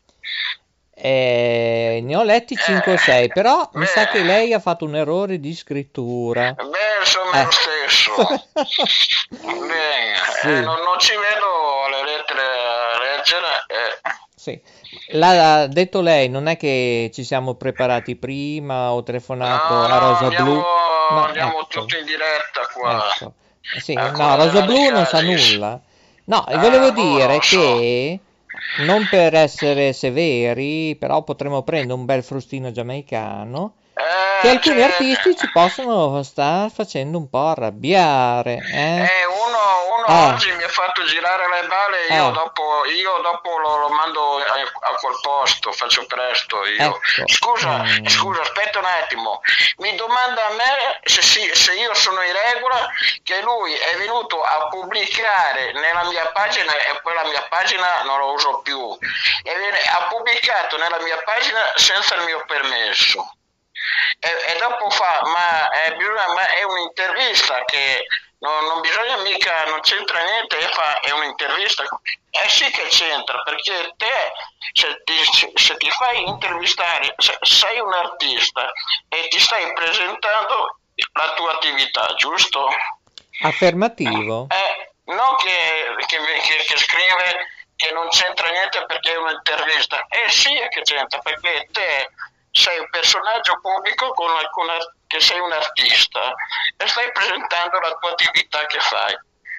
Ne ho letti 5 o 6, però mi sa che lei ha fatto un errore di scrittura. Sono me lo stesso. Bene, sì. Non ci vedo le lettere a leggere. Sì. L'ha detto lei, non è che ci siamo preparati prima, ho telefonato a Rosa Blu. Andiamo tutti in diretta qua. Ecco. Sì, no, Rosa Blu non sa nulla. No, volevo dire che... Non per essere severi, però potremmo prendere un bel frustino giamaicano che alcuni artisti ci possono star facendo un po' arrabbiare. Uno oggi mi ha fatto girare le balle, io dopo lo mando a quel posto, faccio presto io. Ecco. Scusa, aspetta un attimo. Mi domanda a me se io sono in regola, che lui è venuto a pubblicare nella mia pagina, e poi la mia pagina non la uso più, ha pubblicato nella mia pagina senza il mio permesso. E dopo ma è un'intervista che non bisogna mica, non c'entra niente, è un'intervista. Sì che c'entra, perché te se ti fai intervistare, sei un artista e ti stai presentando la tua attività, giusto? Affermativo. Non che scrive che non c'entra niente perché è un'intervista. Sì che c'entra, perché te sei un personaggio pubblico che sei un artista e stai presentando la tua attività che fai.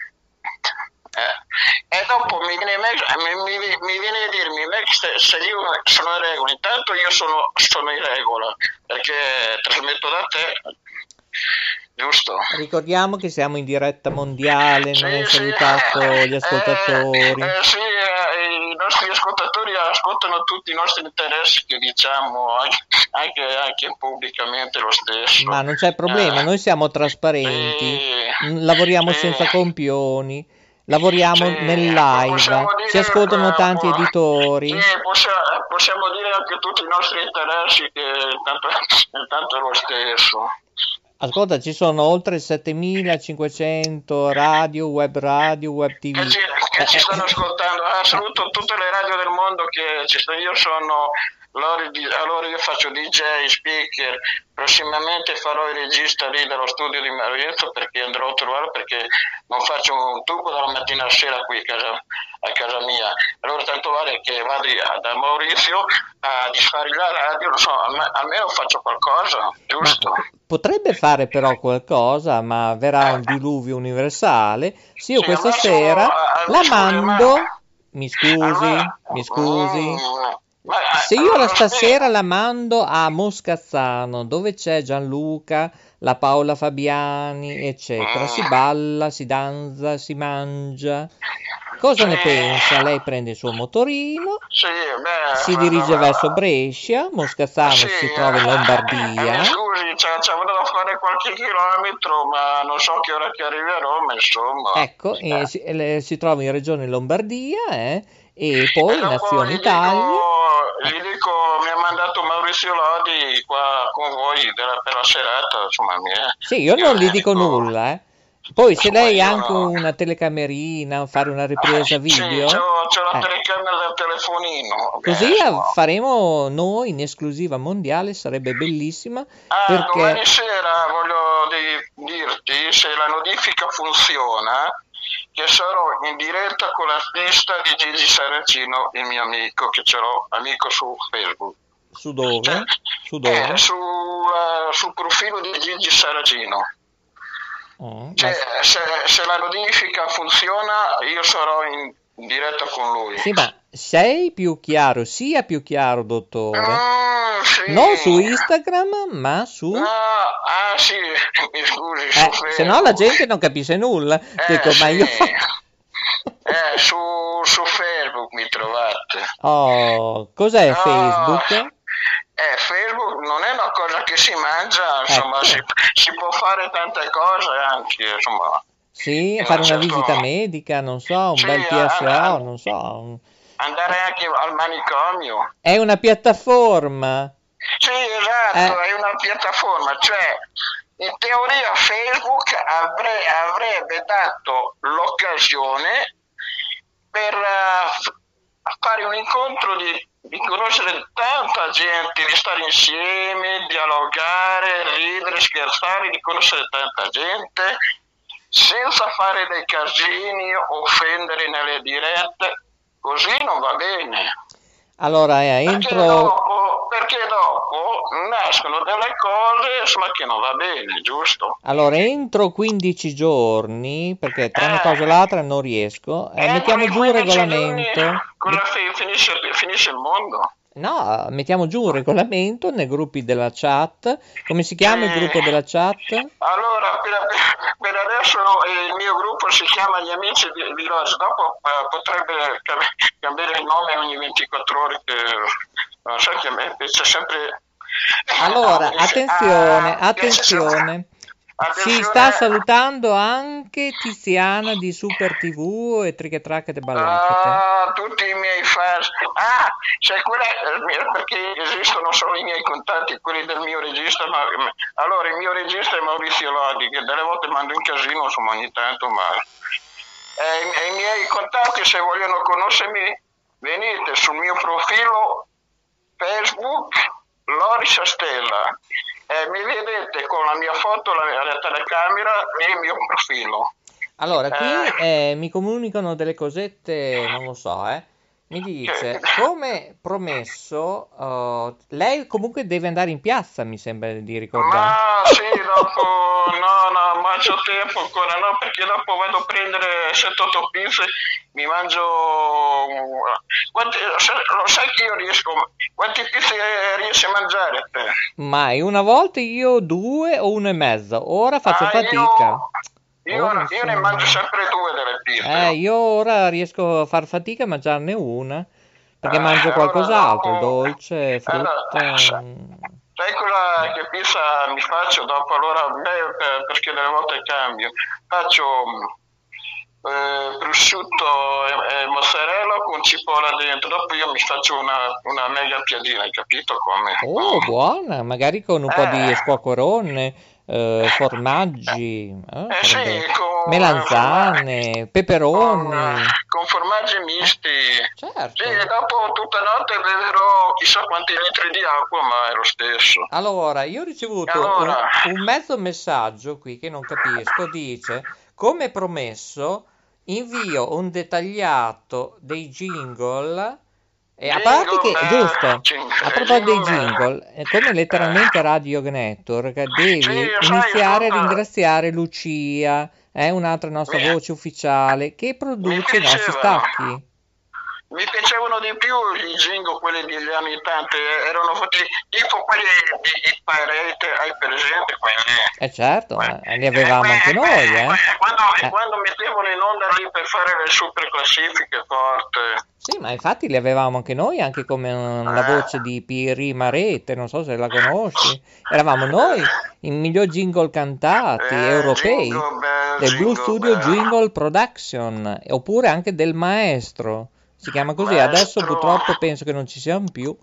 E dopo mi viene a dirmi se io sono in regola. Intanto io sono in regola perché trasmetto da te, giusto? Ricordiamo che siamo in diretta mondiale, non hai salutato gli ascoltatori. I nostri ascoltatori ascoltano tutti i nostri interessi, che diciamo anche pubblicamente lo stesso. Ma non c'è problema, noi siamo trasparenti, lavoriamo senza compioni, lavoriamo nel live, ci ascoltano tanti editori. Sì, possiamo dire anche tutti i nostri interessi, che intanto è lo stesso. Ascolta, ci sono oltre 7500 radio, web TV. Che ci stanno ascoltando. Saluto tutte le radio del mondo che ci stanno. Io sono allora io faccio DJ, speaker, prossimamente farò il regista lì dello studio di Maurizio, perché andrò a trovarlo, perché non faccio un tubo dalla mattina alla sera qui a casa mia. Allora tanto vale che vado da Maurizio a disfare la radio, lo so, almeno faccio qualcosa, giusto? Ma potrebbe fare però qualcosa, ma verrà un diluvio universale. Sì, io questa sera la mando. Mi scusi. Se io stasera la mando a Moscazzano, dove c'è Gianluca, la Paola Fabiani, eccetera, si balla, si danza, si mangia. Cosa ne pensa? Lei prende il suo motorino, si dirige verso Brescia, Moscazzano si trova in Lombardia. Scusi, ci avrò da fare qualche chilometro, ma non so che ora che arriverò, ma insomma. Ecco, si trova in Regione Lombardia, e poi Nazione Italia. Gli dico, mi ha mandato Maurizio Lodi qua con voi per la serata, insomma. Sì, io non gli dico nulla, Poi se lei ha anche una telecamerina, fare una ripresa video. Sì, c'ho la telecamera del telefonino. Così faremo noi in esclusiva mondiale, sarebbe bellissima. Perché domani sera voglio dirti, se la notifica funziona, che sarò in diretta con l'artista di Gigi Saracino, il mio amico, che ce l'ho amico su Facebook. Su dove? Sul profilo di Gigi Saracino. Se la notifica funziona, io sarò in diretta con lui. Sì, ma sei più chiaro, sia più chiaro, dottore. Sì. Non su Instagram, ma su... sì, mi scusi, se no la gente non capisce nulla. Dico, ma io... su Facebook mi trovate. Oh, cos'è Facebook? Facebook non è una cosa che si mangia, insomma, si può fare tante cose anche, insomma. Sì, fare una visita medica, non so, un bel PSO, non so. Andare anche al manicomio. È una piattaforma. Sì, esatto, è una piattaforma, cioè in teoria Facebook avrebbe dato l'occasione per fare un incontro di conoscere tanta gente, di stare insieme, dialogare, ridere, scherzare, di conoscere tanta gente senza fare dei casini, offendere nelle dirette, così non va bene. Allora, perché dopo nascono delle cose, insomma, che non va bene, giusto? Allora, entro 15 giorni, perché tra una cosa e l'altra non riesco, mettiamo giù un regolamento. Finisce il mondo. No, mettiamo giù un regolamento nei gruppi della chat. Come si chiama il gruppo della chat? Allora, per adesso il mio gruppo si chiama Gli Amici di Rosa. Dopo potrebbe cambiare il nome ogni 24 ore. Non so, che a me piace sempre. Allora, attenzione. Si sta salutando anche Tiziana di Super TV e Trichetracche de Ballacchete. Tutti i miei fans. C'è quella, perché esistono solo i miei contatti, quelli del mio regista. Allora, il mio regista è Maurizio Lodi, che delle volte mando in casino, insomma, ogni tanto, ma i miei contatti, se vogliono conoscermi, venite sul mio profilo Facebook Loris Stella. Mi vedete con la mia foto, la telecamera e il mio profilo. Allora, qui mi comunicano delle cosette, non lo so, Mi dice, come promesso, lei comunque deve andare in piazza, mi sembra di ricordare. Ma sì, dopo, no, mangio tempo ancora, no, perché dopo vado a prendere 7-8 pizze, mi mangio... lo sai che io riesco... Quanti pizze riesci a mangiare te? Mai, una volta io 2 o 1,5, ora faccio fatica. Io ne mangio sempre 2 delle pizze. Io ora riesco a far fatica a mangiarne una. Perché mangio qualcos'altro, dolce, frutta. Sai cosa che pizza mi faccio dopo? Allora, perché delle volte cambio. Faccio prosciutto e mozzarella con cipolla dentro. Dopo io mi faccio una mega piadina, hai capito come? Oh, buona, magari con un po' di squacquerone, formaggi, Sì, con melanzane, peperoni. con formaggi misti. Certo. Sì, e dopo tutta notte beverò chissà quanti litri di acqua, ma è lo stesso. Allora, io ho ricevuto Allora? un mezzo messaggio qui che non capisco, dice, come promesso, invio un dettagliato dei jingle, e a parte che, giusto, a proposito dei jingle, come letteralmente Radio Yoga Network, devi iniziare a ringraziare Lucia, un'altra nostra voce ufficiale, che produce i nostri stacchi. Mi piacevano di più i jingle, quelli degli anni 80, erano tipo quelli di Pirate, hai presente quelli? Certo, li avevamo anche noi, Quando mettevano in onda lì per fare le super classifiche forte. Sì, ma infatti li avevamo anche noi, anche come la voce di Piri Marete, non so se la conosci. Eravamo noi i miglior jingle cantati europei del Blue Studio Jingle Production, oppure anche del Maestro. Si chiama così, adesso purtroppo penso che non ci siano più.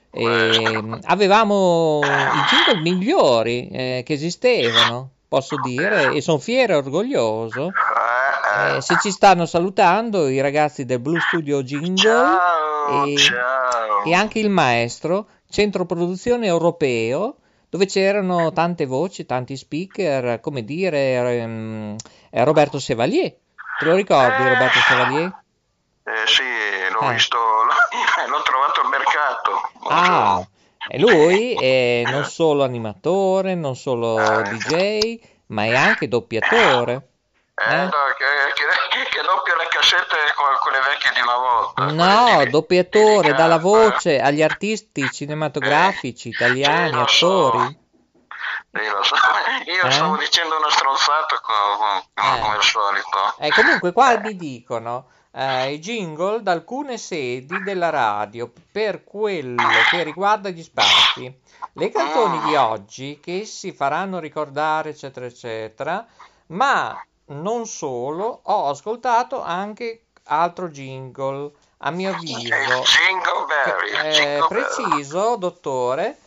Avevamo i jingle migliori che esistevano, posso dire, e sono fiero e orgoglioso. Se ci stanno salutando i ragazzi del Blue Studio Jingle e anche il Maestro, centro produzione europeo, dove c'erano tante voci, tanti speaker, come dire, Roberto Sevalier. Te lo ricordi Roberto Sevalier? Sì, l'ho visto, l'ho trovato al mercato. E lui è non solo animatore, non solo DJ, ma è anche doppiatore. Che doppia le cassette con le vecchie di una volta. No, doppiatore, dà la voce agli artisti cinematografici italiani, attori. Lo so. Io stavo dicendo una stronzata come al solito. Comunque qua mi dicono i jingle da alcune sedi della radio per quello che riguarda gli spazi. Le canzoni di oggi che si faranno ricordare, eccetera, eccetera, ma non solo, ho ascoltato anche altro jingle, a mio avviso. Preciso, dottore,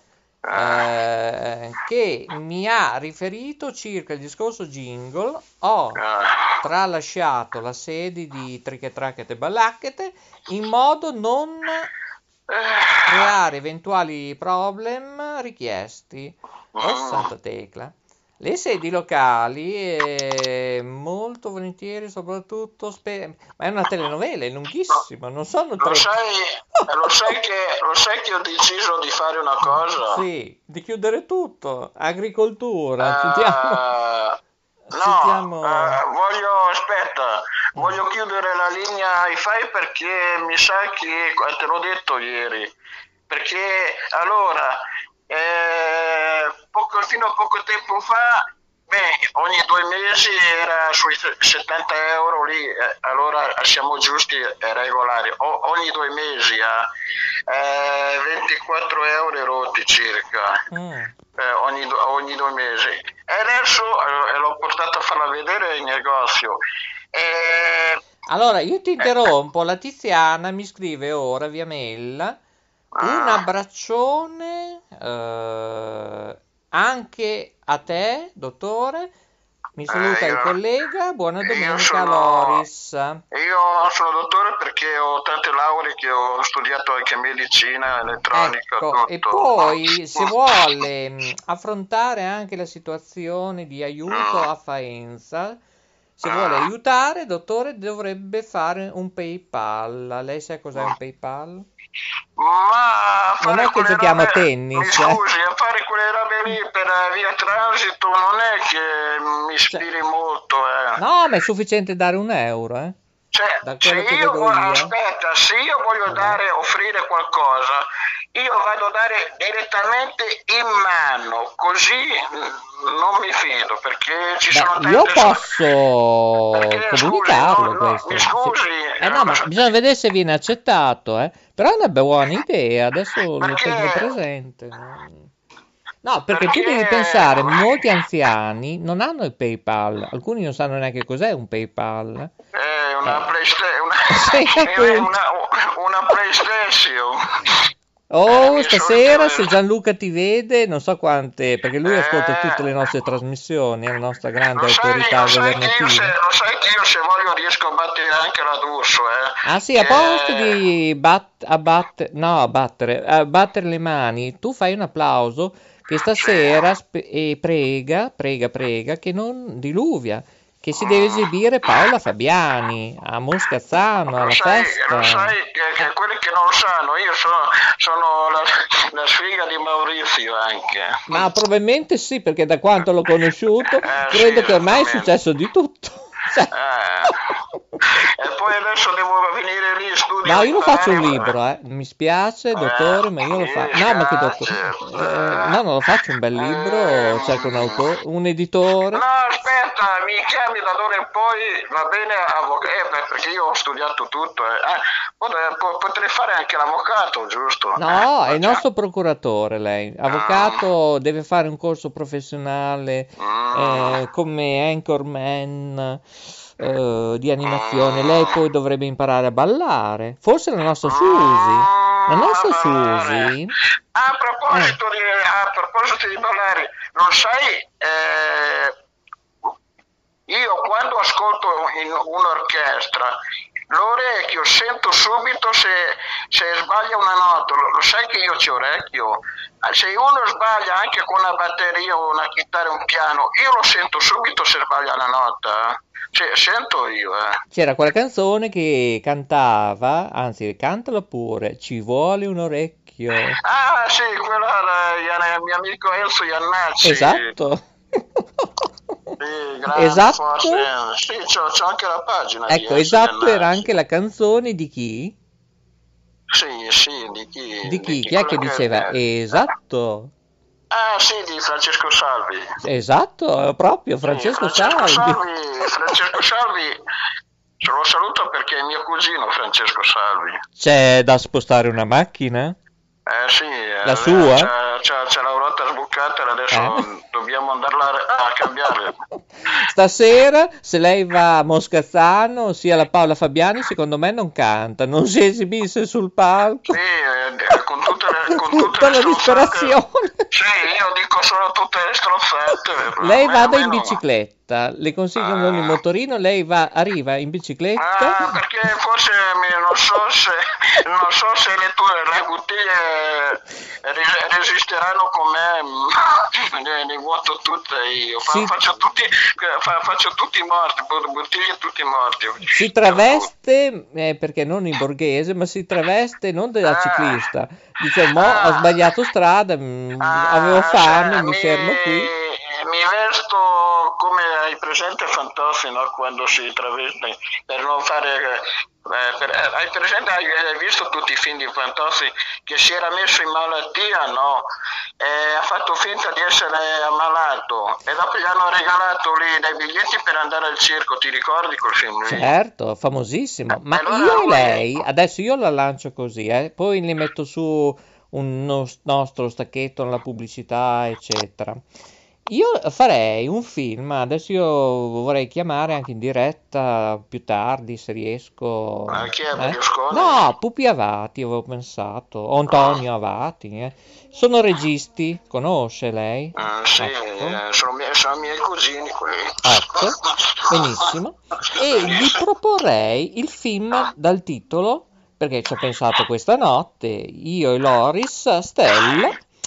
che mi ha riferito circa il discorso jingle. Ho tralasciato la sede di Trichetrachete Ballacchete in modo non creare eventuali problem richiesti. Oh santa tecla. Le sedi locali, molto volentieri, soprattutto, ma è una telenovela, è lunghissima, non sono tre. Lo sai che ho deciso di fare una cosa? Sì, di chiudere tutto, agricoltura, voglio chiudere la linea hi-fi perché mi sa che, te l'ho detto ieri, perché allora... fino a poco tempo fa, ogni 2 mesi era sui 70 euro lì, allora siamo giusti e regolari. Ogni 2 mesi 24 euro rotti circa, ogni 2 mesi. E adesso l'ho portato a farla vedere in negozio. Allora io ti interrompo, la Tiziana mi scrive ora via mail un abbraccione anche a te, dottore. Mi saluta il collega, buona domenica Loris. Io sono dottore perché ho tante lauree, che ho studiato anche medicina, elettronica, tutto. E poi se vuole affrontare anche la situazione di aiuto a Faenza, se vuole aiutare, dottore, dovrebbe fare un PayPal. Lei sa cos'è un PayPal? Ma non è che giochiamo a tennis. Mi scusi, a fare quelle robe lì per via transito non è che mi ispiri molto. No, ma è sufficiente dare €1, da quello che vedo io. Aspetta, se io voglio offrire qualcosa, io vado a dare direttamente in mano, così non mi fido, perché ci sono tante... Io posso comunicarlo questo. Mi scusi. No, ma bisogna vedere se viene accettato, però è una buona idea, adesso lo tengo presente. No, perché tu devi pensare, molti anziani non hanno il PayPal, alcuni non sanno neanche cos'è un PayPal. Una PlayStation. Stasera se Gianluca ti vede, non so quante, perché lui ascolta tutte le nostre trasmissioni, è la nostra grande autorità governativa. Lo sai che io se voglio riesco a battere anche la D'Urso, Ah sì, a posto di battere le mani, tu fai un applauso che stasera prega che non diluvia, che si deve esibire Paola Fabiani a Moscazzano alla festa. Lo sai che quelli che non lo sanno, io sono la sfiga di Maurizio anche. Ma probabilmente sì, perché da quanto l'ho conosciuto credo che ormai è successo di tutto. E poi adesso devo venire lì in studio. No, io lo faccio un libro, mi spiace dottore, ma io lo faccio. No, ma che dottore? No, non lo faccio un bel libro, cerco un autore, un editore. No, aspetta, mi chiami da d'ora in poi, va bene, perché io ho studiato tutto. Potrei fare anche l'avvocato, giusto? No, è il nostro procuratore lei. Avvocato deve fare un corso professionale come anchorman. Di animazione, lei poi dovrebbe imparare a ballare, forse la nostra Susi. A proposito di ballare, non sai, io quando ascolto in un'orchestra l'orecchio sento subito se sbaglia una nota, lo sai che io c'ho orecchio, se uno sbaglia anche con una batteria o una chitarra o un piano, io lo sento subito se sbaglia la nota. Sento io. C'era quella canzone che cantava, anzi cantala pure, ci vuole un orecchio. Ah sì, quella era il mio amico Enzo Iannacci. Esatto. Sì, grande, esatto. Forse. Sì, c'ho anche la pagina. Ecco, esatto, era anche la canzone di chi? Sì, di chi? Di chi? Chi è che diceva? Esatto. Ah sì, di Francesco Salvi. Esatto, proprio Francesco Salvi. Francesco Salvi, lo saluto perché è mio cugino Francesco Salvi. C'è da spostare una macchina? Sì. La sua? C'è la ruota sbucata e adesso dobbiamo andarla a cambiare. Stasera, se lei va a Moscazzano, sia la Paola Fabiani, secondo me non canta, non si esibisse sul palco. Sì, con tutta la disperazione. Sì, io dico solo tutte le strofette. Lei vada in bicicletta, le consigliano il motorino, lei arriva in bicicletta. Perché forse non so se le bottiglie resisteranno con me, ne vuoto tutte io. Sì. Faccio tutti morti, bottiglie tutti morti. Si traveste, perché non in borghese, ma si traveste non da ciclista. Dice, ho sbagliato strada, avevo fame, mi fermo qui. Mi vesto come hai presente Fantozzi, no? Quando si traveste per non fare... hai presente, hai visto tutti i film di Fantozzi che si era messo in malattia, no? Ha fatto finta di essere ammalato e dopo gli hanno regalato lì dei biglietti per andare al circo, ti ricordi quel film lì? Certo, famosissimo. Ma allora io e lei, adesso io la lancio così, poi le metto su un nostro stacchetto nella pubblicità, eccetera. Io farei un film, adesso io vorrei chiamare anche in diretta più tardi se riesco. Chi è Berlusconi? No, Pupi Avati avevo pensato, o Antonio Avati. Sono registi, conosce lei? Sì, ecco. sono miei cugini quelli. Ecco, benissimo. E gli proporrei il film dal titolo, perché ci ho pensato questa notte, io e Loris, Stella,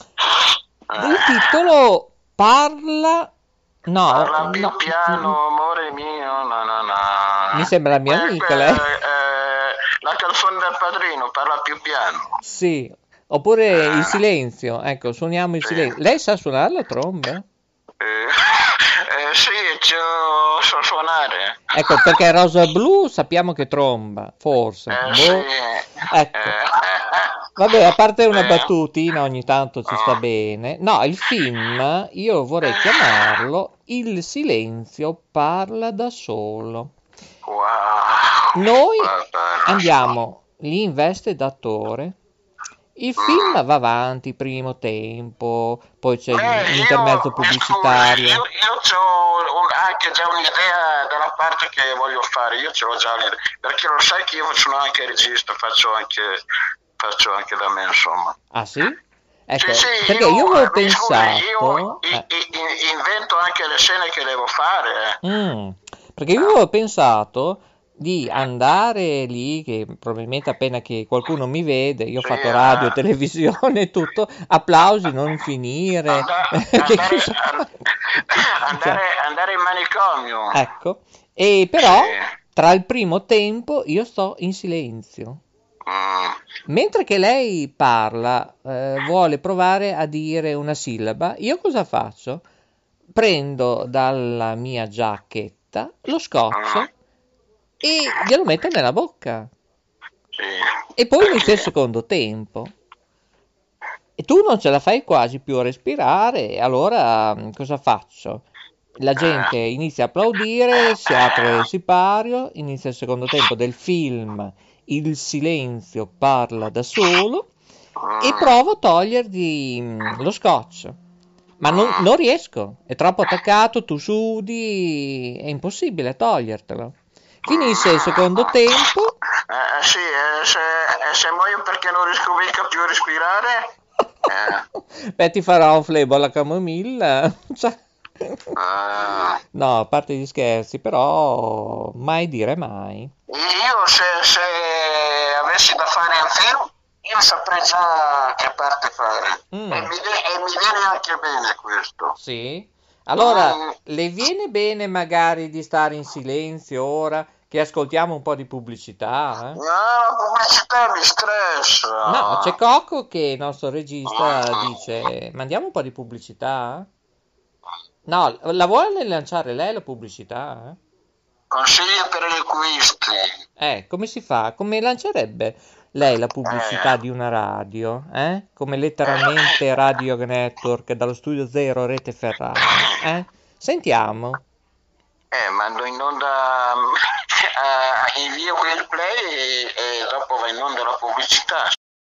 il titolo... Parla più piano, amore mio, no. Mi sembra la mia amica, lei. La canzone del padrino, parla più piano. Sì, oppure il silenzio, ecco, suoniamo il silenzio. Lei sa suonare la tromba? Sì, so suonare. Ecco, perché Rosa Blu sappiamo che tromba, forse. Sì. Ecco. Vabbè, a parte una battutina, ogni tanto ci sta bene. No, il film, io vorrei chiamarlo Il silenzio parla da solo. Wow. Noi andiamo lì in veste d'attore. Il film va avanti, primo tempo, poi c'è l'intermezzo pubblicitario. Io ho anche già un'idea della parte che voglio fare, io ce l'ho già un'idea, perché lo sai che io sono anche regista, faccio anche da me, insomma. Ah sì? Ecco, Sì, perché io avevo pensato... Io invento anche le scene che devo fare. Perché io avevo pensato di andare lì, che probabilmente appena che qualcuno mi vede, io ho fatto radio, televisione e tutto, applausi, non finire. Andare in manicomio. Ecco, e però tra il primo tempo io sto in silenzio. Mentre che lei parla, vuole provare a dire una sillaba, io cosa faccio? Prendo dalla mia giacchetta lo scotch e glielo metto nella bocca. E poi inizia il secondo tempo. E tu non ce la fai quasi più a respirare, e allora cosa faccio? La gente inizia a applaudire, si apre il sipario, inizia il secondo tempo del film, il silenzio parla da solo, e provo a togliergli lo scotch. Ma non riesco, è troppo attaccato, tu sudi, è impossibile togliertelo. Finisce il secondo tempo. Sì, se muoio perché non riesco mica più a respirare. Beh, ti farò un flebo alla camomilla. No, a parte gli scherzi, però mai dire mai. Io se avessi da fare un film, io saprei già che parte fare. E mi viene anche bene questo. Sì? Allora, le viene bene magari di stare in silenzio ora che ascoltiamo un po' di pubblicità? No, la pubblicità mi stressa. No, c'è Cocco che il nostro regista dice, mandiamo un po' di pubblicità? No, la vuole lanciare lei la pubblicità? Consigli per gli acquisti. Come si fa? Come lancerebbe lei la pubblicità di una radio? Come letteralmente Radio Network dallo studio 0 Rete Ferrara? Sentiamo. Mando in onda, invio quel play e dopo va in onda la pubblicità.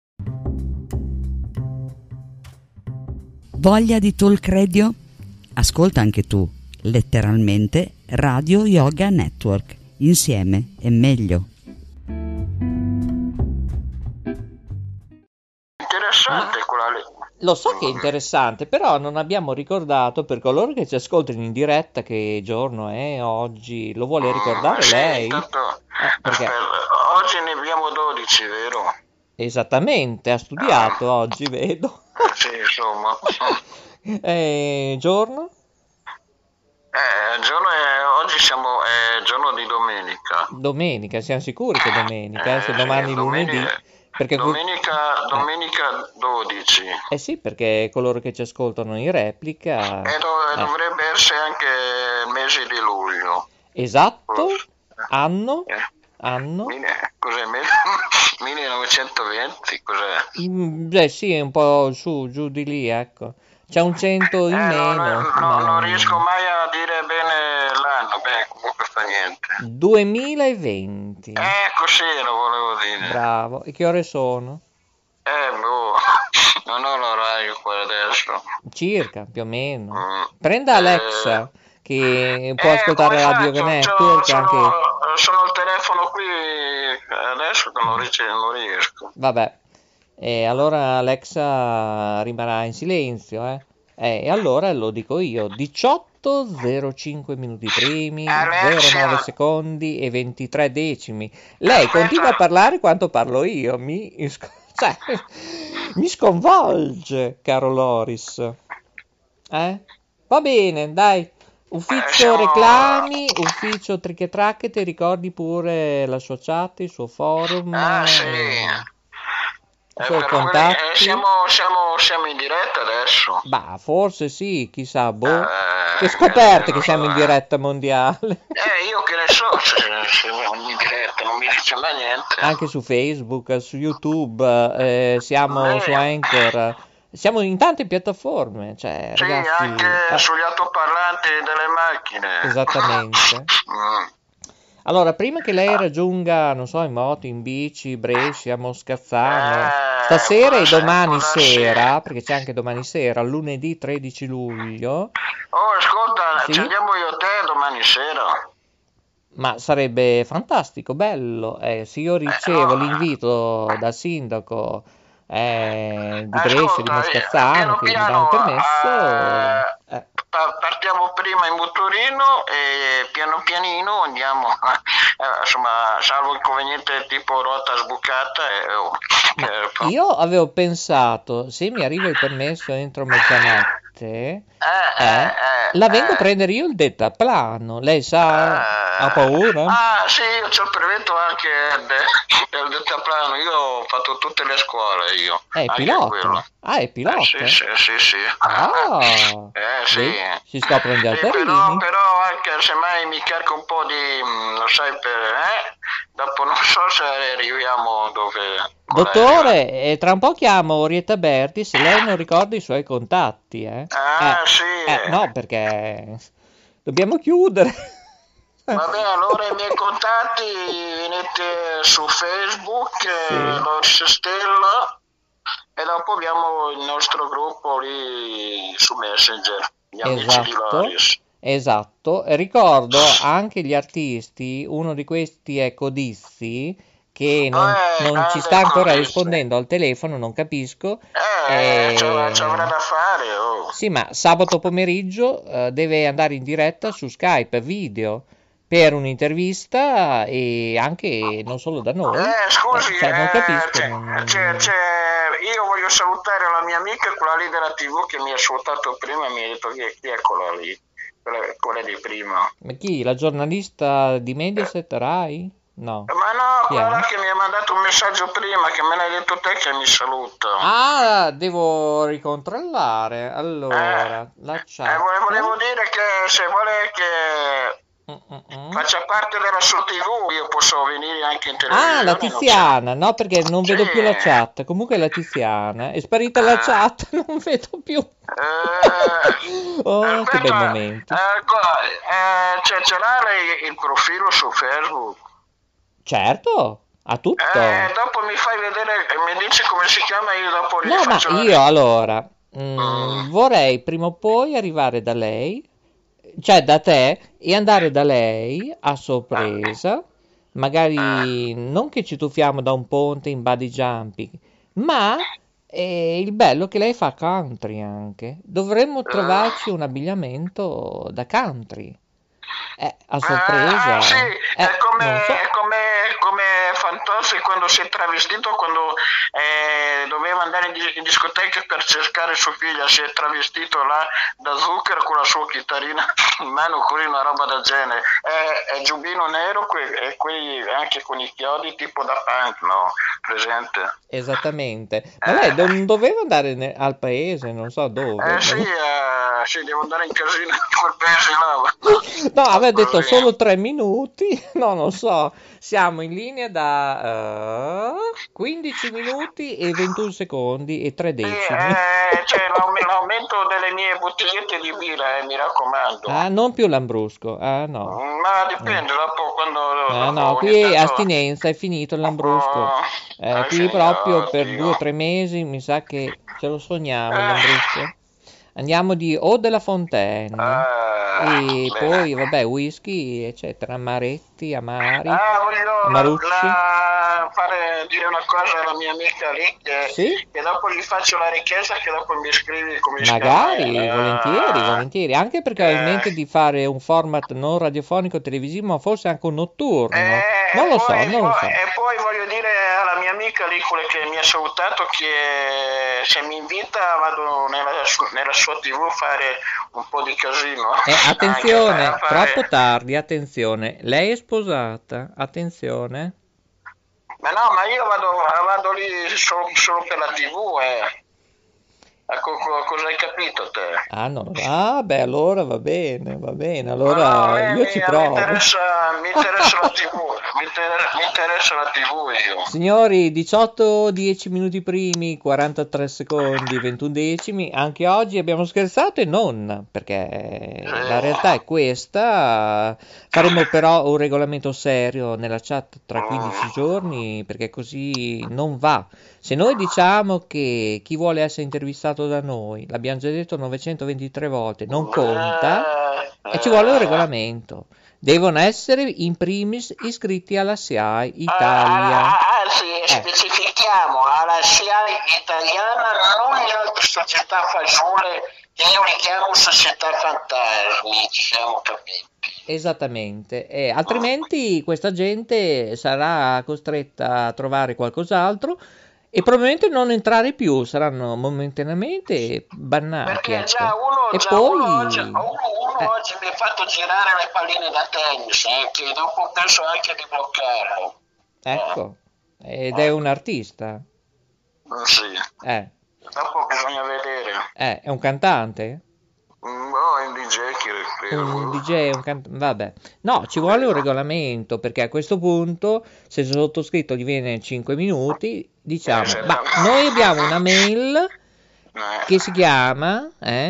Voglia di talk radio? Ascolta anche tu, letteralmente Radio Yoga Network. Insieme è meglio. Interessante quella lì. Lo so che è interessante, però non abbiamo ricordato per coloro che ci ascoltano in diretta che giorno è oggi. Lo vuole ricordare lei? Perché oggi ne abbiamo 12, vero? Esattamente, ha studiato oggi, vedo. Sì, insomma. Giorno? Oggi è giorno di domenica. Domenica, siamo sicuri che è domenica, se domani lunedì. Perché domenica 12. Sì, perché coloro che ci ascoltano in replica... dovrebbe essere anche il mese di luglio. Esatto, anno? Cos'è? 1920, cos'è? Beh sì, è un po' giù di lì, ecco. C'è un 100 in meno. Non riesco mai a dire bene l'anno, comunque fa niente. 2020. Così lo volevo dire. Bravo. E che ore sono? Non ho l'orario qua adesso. Circa, più o meno. Prenda Alexa, che può ascoltare Radio Network anche... Sono al telefono qui adesso che non riesco. Vabbè. E allora Alexa rimarrà in silenzio, e allora lo dico io, 18:05 minuti primi, Alexa. 09 secondi e 23 decimi. Lei continua a parlare quanto parlo io, mi sconvolge, caro Loris. Va bene, dai. Ufficio reclami, ufficio Triche Tracche, ti ricordi pure la sua chat, il suo forum? Sì. suoi per contatti? siamo in diretta adesso. Bah, forse sì, chissà, boh. Che scoperte che siamo in diretta mondiale. Io che ne so, se siamo in diretta, non mi dice mai niente. Anche su Facebook, su YouTube, siamo su Anchor, siamo in tante piattaforme, cioè, Sì, ragazzi, anche sugli altoparlanti delle macchine. esattamente. Allora, prima che lei raggiunga, non so, in moto, in bici, Brescia, Moscazzano, stasera e domani sera, perché c'è anche domani sera, lunedì 13 luglio. Oh, ascolta, Sì? ci andiamo io e te domani sera. Ma sarebbe fantastico, bello. Se io ricevo l'invito dal sindaco di Brescia, di Moscazzano, che mi dà un permesso, Partiamo prima in motorino e piano pianino andiamo, insomma, salvo inconveniente tipo ruota sbucata. io avevo pensato, se mi arriva il permesso entro mezzanotte, la vengo a prendere io il deltaplano. Lei sa, ha paura? Ah sì, io c'ho il brevetto anche del deltaplano, io ho fatto tutte le scuole io. È anche pilota? quello. Ah, è pilota? Sì. Ah, sì. vedi? Si scoprono gli Sì, altarini. però anche se mai mi carico un po' di, lo sai, dopo non so se arriviamo dove... Dottore, tra un po' chiamo Orietta Berti se lei non ricorda i suoi contatti, Sì. No, perché dobbiamo chiudere. Vabbè, allora i miei contatti venite su Facebook, Loris Stella, e dopo abbiamo il nostro gruppo lì su Messenger, gli amici di Loris. Esatto. Ricordo anche gli artisti, uno di questi è Codissi, che non ci sta ancora rispondendo al telefono, non capisco. C'avrà da fare. Sì, ma sabato pomeriggio deve andare in diretta su Skype video per un'intervista e anche non solo da noi. Scusi, non capisco. Io voglio salutare la mia amica, quella lì della TV che mi ha salutato prima e mi ha detto chi è quella lì, quella di prima. Ma chi? La giornalista di Mediaset Rai? No. Ma no, Chi è? quella che mi ha mandato un messaggio prima, che me l'hai detto te che mi saluta. Ah, devo ricontrollare. Allora, la chat. Volevo dire che se vuole che faccia parte della sua TV, io posso venire anche in televisione. Ah, la Tiziana, no, perché non vedo più la chat. Comunque la Tiziana, è sparita la chat, non vedo più. Oh, che bel momento. Ce l'ha lei il profilo su Facebook? Certo, ha tutto. Dopo mi fai vedere, mi dici come si chiama, io dopo gli No, ma faccio io allora vorrei prima o poi arrivare da lei, cioè da te, e andare da lei a sorpresa, magari non che ci tuffiamo da un ponte in bungee jumping, ma il bello che lei fa country anche. Dovremmo trovarci un abbigliamento da country. A sorpresa. Sì, è come, non so. come Fantozzi quando si è travestito, quando doveva andare in discoteca per cercare sua figlia, si è travestito là da Zucchero con la sua chitarrina in mano, così una roba del genere. È giubbino nero e quelli anche con i chiodi tipo da punk, no? Presente? Esattamente. Ma lei non doveva andare al paese, non so dove. Sì, devo andare in casino in quel paese là. No, aveva detto solo 3 minuti. No, non so. Siamo in linea da 15 minuti e 21 secondi e 3 decimi. C'è l'aumento delle mie bottigliette di birra, mi raccomando. Ah, non più Lambrusco. Ah, no. Ma dipende, dopo quando... No, qui è astinenza, è finito il Lambrusco. Qui proprio per 2 o 3 mesi mi sa che ce lo sogniamo il Lambrusco. Andiamo di Eau de la Fontaine e poi vabbè whisky eccetera, amaretti, amari, marucci. Dire una cosa alla mia amica lì che dopo gli faccio la richiesta, che dopo mi scrivi come magari, volentieri, anche perché ho in mente di fare un format non radiofonico televisivo, ma forse anche un notturno, non lo so. E poi voglio dire alla mia amica lì, quella che mi ha salutato, che se mi invita vado nella sua TV a fare un po' di casino. Attenzione, troppo tardi, attenzione, lei è sposata, attenzione. Ma no, ma io vado lì solo per la TV, Ecco, cosa hai capito te? Ah, no. Ah, beh, allora va bene, allora io ci provo. Mi interessa la TV, mi interessa la TV io. Signori, 10 minuti primi, 43 secondi, 21 decimi, anche oggi abbiamo scherzato e non, perché la realtà è questa, faremo però un regolamento serio nella chat tra 15 giorni, perché così non va. Se noi diciamo che chi vuole essere intervistato da noi, l'abbiamo già detto 923 volte, non conta, e ci vuole un regolamento. Devono essere in primis iscritti alla SIAE Italia. Sì, specifichiamo, alla SIAE italiana, non le altre società fagiole che io li chiamo società fantasmi, ci siamo capiti. Esattamente, altrimenti questa gente sarà costretta a trovare qualcos'altro e probabilmente non entrare più, saranno momentaneamente bannati. Perché ecco. già uno oggi mi ha fatto girare le palline da tennis, che dopo penso anche di bloccarlo. Ecco, ed è un artista. Sì. Dopo bisogna vedere. È un cantante? No, è un DJ credo. Un DJ, vabbè. No, ci vuole un regolamento, perché a questo punto, se il sottoscritto gli viene 5 minuti, diciamo, ma noi abbiamo una mail che si chiama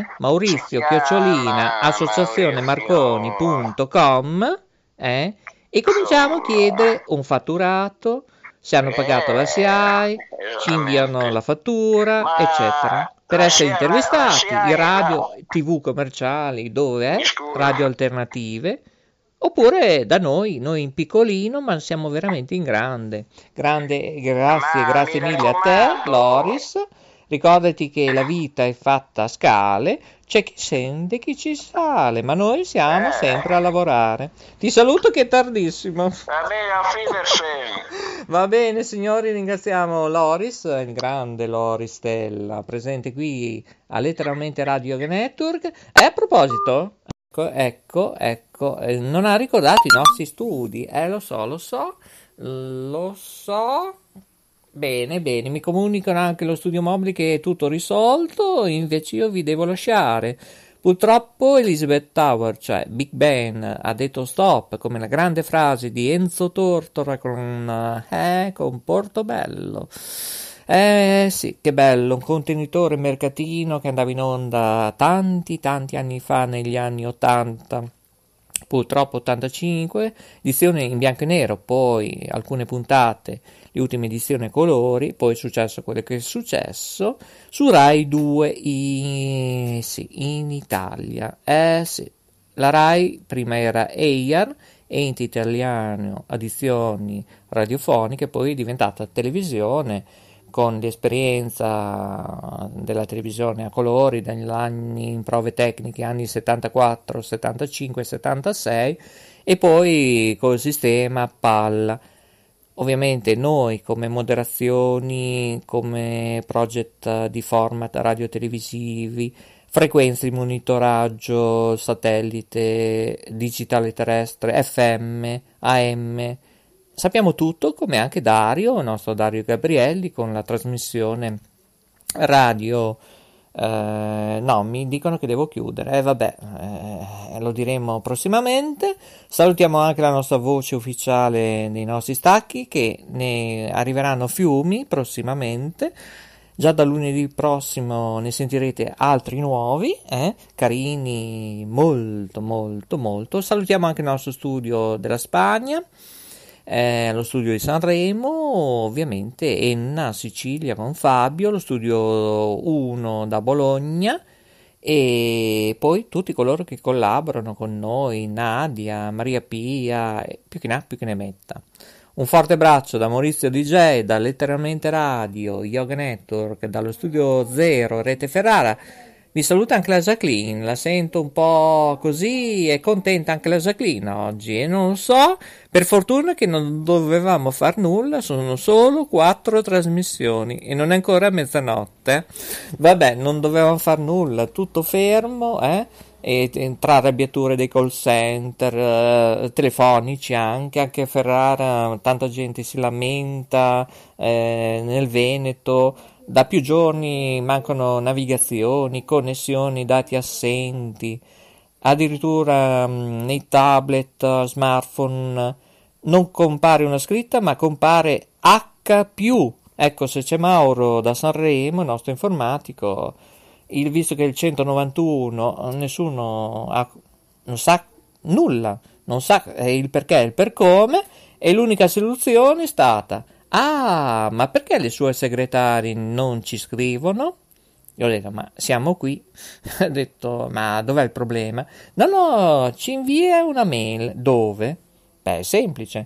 Maurizio@associazionemarconi.com e cominciamo a chiedere un fatturato, se hanno pagato la SIAE, ci inviano la fattura, eccetera. Per essere intervistati, in radio, TV commerciali, dove radio alternative, oppure da noi in piccolino, ma siamo veramente in grande. Grazie mille a te, Loris. Ricordati che la vita è fatta a scale, c'è chi scende, chi ci sale, ma noi siamo sempre a lavorare. Ti saluto che è tardissimo. Va bene, auf Wiedersehen. Va bene, signori, ringraziamo Loris, il grande Loris Stella, presente qui a Letteralmente Radio Yoga Network. E a proposito, ecco, non ha ricordato i nostri studi, lo so. Bene, mi comunicano anche lo studio mobile che è tutto risolto, invece io vi devo lasciare. Purtroppo Elizabeth Tower, cioè Big Ben, ha detto stop, come la grande frase di Enzo Tortora con Portobello. Sì, che bello, un contenitore mercatino che andava in onda tanti anni fa, negli anni 80. Purtroppo 85, edizione in bianco e nero, poi alcune puntate, le ultime edizioni a colori, poi è successo quello che è successo, su Rai 2 in Italia. Sì, la Rai prima era EIAR, Ente Italiano Addizioni Radiofoniche, poi è diventata televisione, con l'esperienza della televisione a colori dagli anni in prove tecniche, anni 74, 75, 76, e poi col sistema palla. Ovviamente noi come moderazioni, come project di format radio-televisivi, frequenze di monitoraggio, satellite, digitale terrestre, FM, AM, sappiamo tutto, come anche Dario, il nostro Dario Gabrielli, con la trasmissione radio. No, mi dicono che devo chiudere. Lo diremo prossimamente. Salutiamo anche la nostra voce ufficiale nei nostri stacchi, che ne arriveranno fiumi prossimamente. Già da lunedì prossimo ne sentirete altri nuovi, carini, molto. Salutiamo anche il nostro studio della Spagna, lo studio di Sanremo, ovviamente Enna Sicilia con Fabio, lo studio 1 da Bologna, e poi tutti coloro che collaborano con noi, Nadia, Maria Pia, più che ne metta. Un forte abbraccio da Maurizio DJ, da Letteralmente Radio Yoga Network, dallo studio 0 Rete Ferrara. Vi saluta anche la Jacqueline, la sento un po' così, è contenta anche la Jacqueline oggi, e non lo so, per fortuna che non dovevamo far nulla, sono solo 4 trasmissioni e non è ancora mezzanotte. Vabbè, non dovevamo far nulla, tutto fermo, e tra arrabbiature dei call center, telefonici anche a Ferrara tanta gente si lamenta, nel Veneto da più giorni mancano navigazioni, connessioni, dati assenti, addirittura nei tablet, smartphone non compare una scritta ma compare H+. Ecco, se c'è Mauro da Sanremo, il nostro informatico, visto che il 191 nessuno non sa nulla, non sa il perché e il per come, e l'unica soluzione è stata: ah, ma perché le sue segretarie non ci scrivono? Io ho detto: ma siamo qui. Ho detto: ma dov'è il problema? No, ci invia una mail. Dove? Beh, è semplice: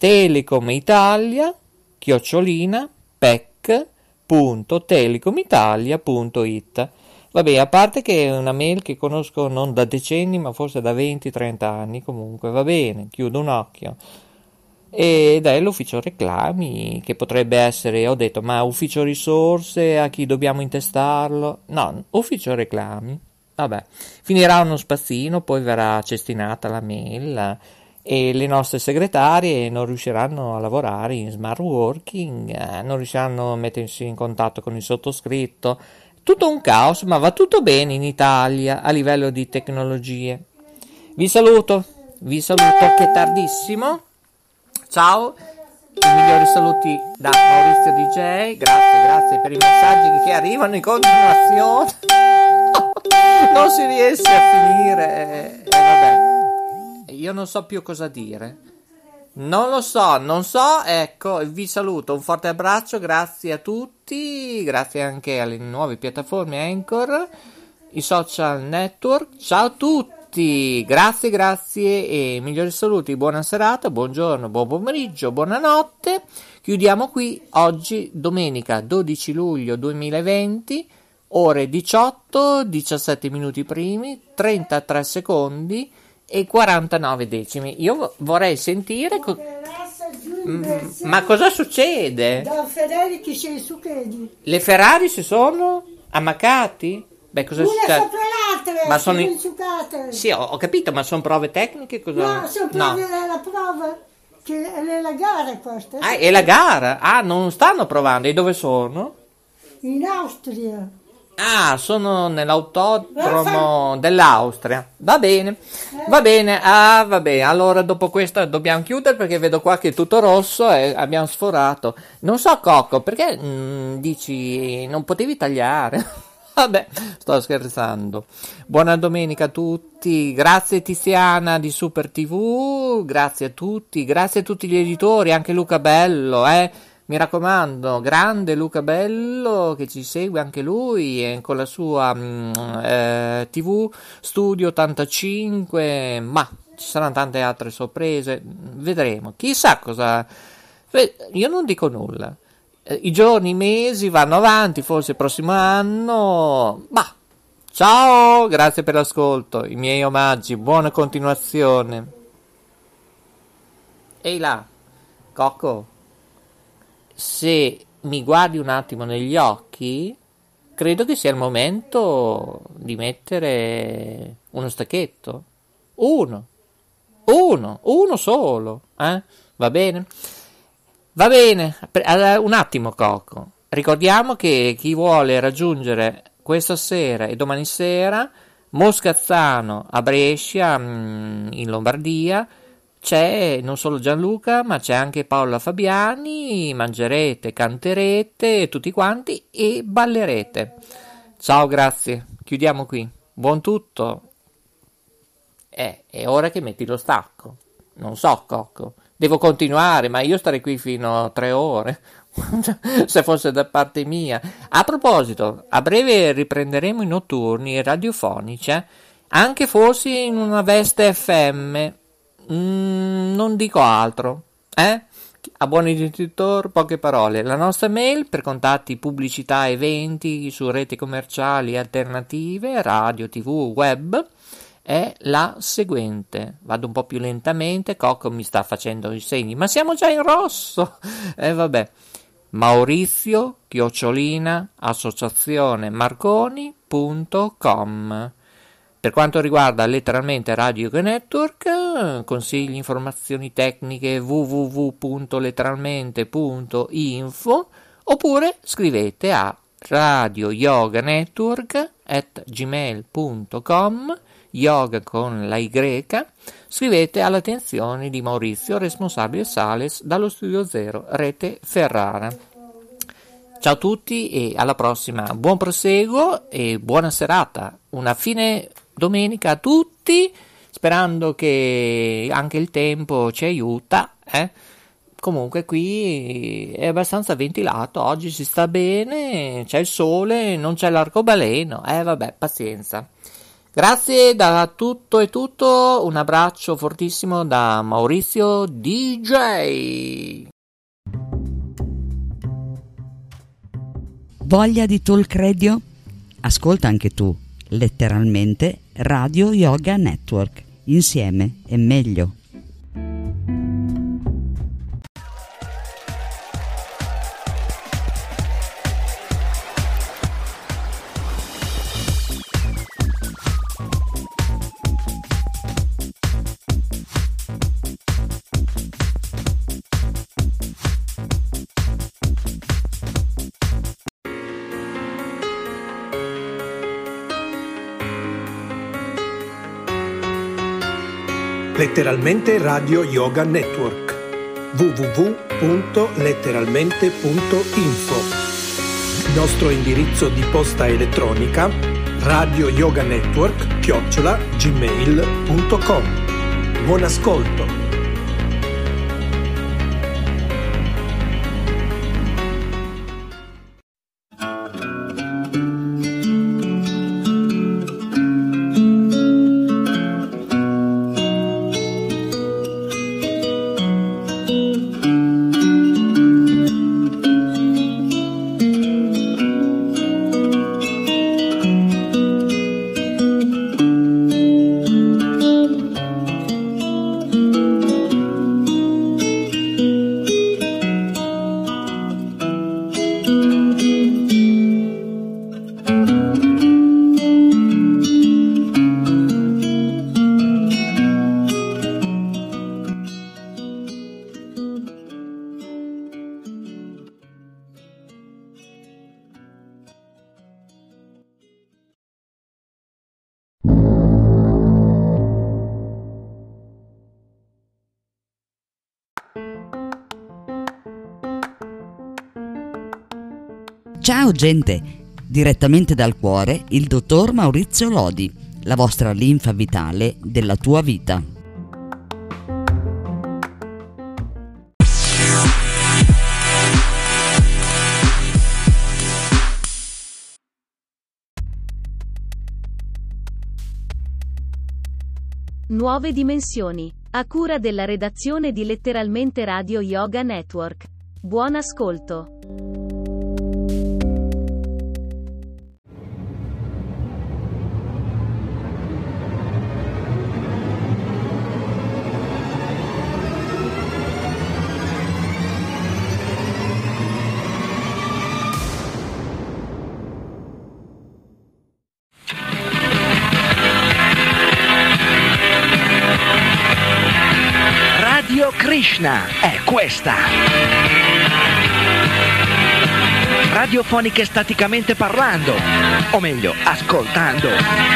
telecomitalia.pec.telecomitalia.it. Vabbè, a parte che è una mail che conosco non da decenni, ma forse da 20-30 anni, comunque va bene, chiudo un occhio. Ed è l'ufficio reclami, che potrebbe essere, ho detto, ma ufficio risorse, a chi dobbiamo intestarlo? No, ufficio reclami. Vabbè, finirà uno spazzino, poi verrà cestinata la mail e le nostre segretarie non riusciranno a lavorare in smart working, non riusciranno a mettersi in contatto con il sottoscritto. Tutto un caos, ma va tutto bene in Italia a livello di tecnologie. Vi saluto, che è tardissimo. Ciao, i migliori saluti da Maurizio DJ. Grazie per i messaggi che arrivano in continuazione. Non si riesce a finire. Vabbè, io non so più cosa dire. Non so, ecco, vi saluto, un forte abbraccio, grazie a tutti, grazie anche alle nuove piattaforme Anchor, i social network, ciao a tutti, grazie e migliori saluti, buona serata, buongiorno, buon pomeriggio, buonanotte, chiudiamo qui oggi, domenica 12 luglio 2020, ore 18, 17 minuti primi, 33 secondi, e 49 decimi. Io vorrei sentire ma cosa succede? Da Ferrari che sei su credi? Le Ferrari si sono ammaccati? Beh, cosa succede? Una sopra l'altra, ma sono Sì, ho capito, ma sono prove tecniche? Cosa? No, sono prove della prova, che è la gara questa. Ah, è la gara? Ah, non stanno provando. E dove sono? In Austria. Ah, sono nell'autodromo dell'Austria. Va bene. Vabbè, allora dopo questa dobbiamo chiudere perché vedo qua che è tutto rosso e abbiamo sforato. Non so, Cocco, perché dici non potevi tagliare? Vabbè, sto scherzando. Buona domenica a tutti. Grazie Tiziana di Super TV, grazie a tutti gli editori, anche Luca Bello, Mi raccomando, grande Luca Bello che ci segue anche lui con la sua TV Studio 85, ma ci saranno tante altre sorprese, vedremo, chissà cosa, io non dico nulla, i giorni, i mesi vanno avanti, forse il prossimo anno, ma ciao, grazie per l'ascolto, i miei omaggi, buona continuazione. Ehi là, Cocco, se mi guardi un attimo negli occhi, credo che sia il momento di mettere uno stacchetto. Uno solo, Va bene? Va bene, un attimo, Cocco. Ricordiamo che chi vuole raggiungere questa sera e domani sera Moscazzano a Brescia, in Lombardia, c'è non solo Gianluca, ma c'è anche Paola Fabiani, mangerete, canterete, tutti quanti, e ballerete. Ciao, grazie, chiudiamo qui. Buon tutto. È ora che metti lo stacco. Non so, Cocco. Devo continuare, ma io starei qui fino a 3 ore. Se fosse da parte mia. A proposito, a breve riprenderemo i notturni radiofonici, anche forse in una veste FM. Non dico altro, A buon intenditor, poche parole. La nostra mail per contatti, pubblicità, eventi su reti commerciali alternative, radio, tv, web è la seguente. Vado un po' più lentamente, Cocco mi sta facendo i segni, ma siamo già in rosso. Vabbè. Maurizio @ associazionemarconi.com. Per quanto riguarda letteralmente Radio Yoga Network, consigli, informazioni tecniche www.letteralmente.info, oppure scrivete a radioyoganetwork@gmail.com, yoga con la Y, scrivete all'attenzione di Maurizio, responsabile Sales, dallo Studio Zero, Rete Ferrara. Ciao a tutti e alla prossima, buon proseguo e buona serata, una fine domenica a tutti, sperando che anche il tempo ci aiuta, Comunque qui è abbastanza ventilato, oggi si sta bene, c'è il sole, non c'è l'arcobaleno, vabbè, pazienza. Grazie da tutto e tutto, un abbraccio fortissimo da Maurizio DJ. Voglia di talk radio? Ascolta anche tu, letteralmente Radio Yoga Network. Insieme è meglio. Letteralmente Radio Yoga Network www.letteralmente.info. Nostro indirizzo di posta elettronica radioyoganetwork@gmail.com. Buon ascolto. Ciao gente, direttamente dal cuore il dottor Maurizio Lodi, la vostra linfa vitale della tua vita. Nuove dimensioni, a cura della redazione di Letteralmente Radio Yoga Network. Buon ascolto. Radio Krishna è questa. Radiofoniche staticamente parlando, o meglio, ascoltando.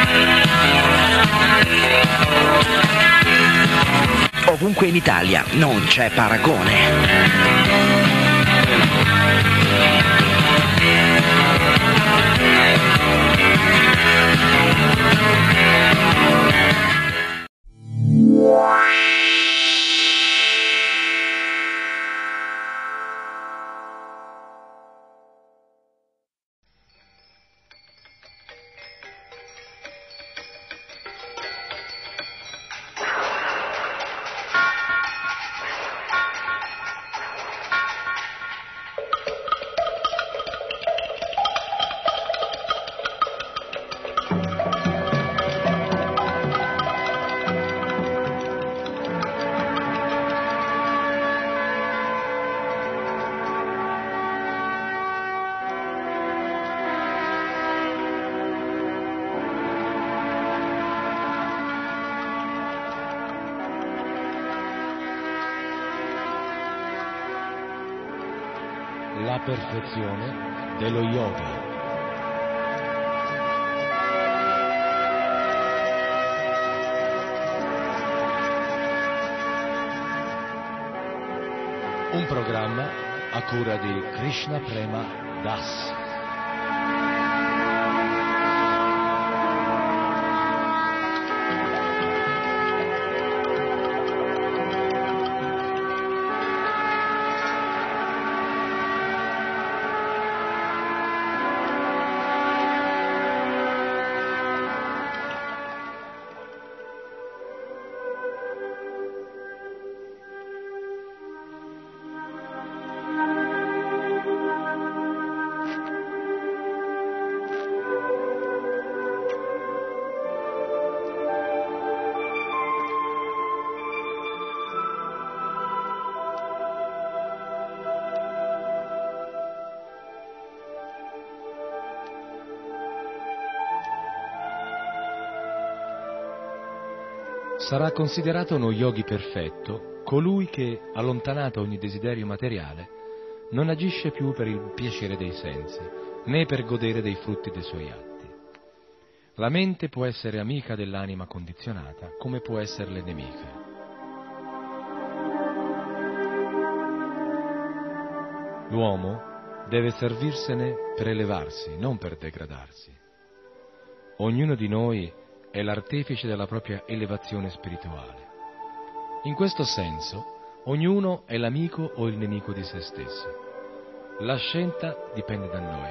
Ovunque in Italia non c'è paragone. la perfezione dello yoga. Un programma a cura di Krishna Prema Das. Sarà considerato uno yogi perfetto colui che, allontanato ogni desiderio materiale, non agisce più per il piacere dei sensi, né per godere dei frutti dei suoi atti. La mente può essere amica dell'anima condizionata, come può esserle nemica. L'uomo deve servirsene per elevarsi, non per degradarsi. Ognuno di noi è l'artefice della propria elevazione spirituale. In questo senso, ognuno è l'amico o il nemico di se stesso. La scelta dipende da noi.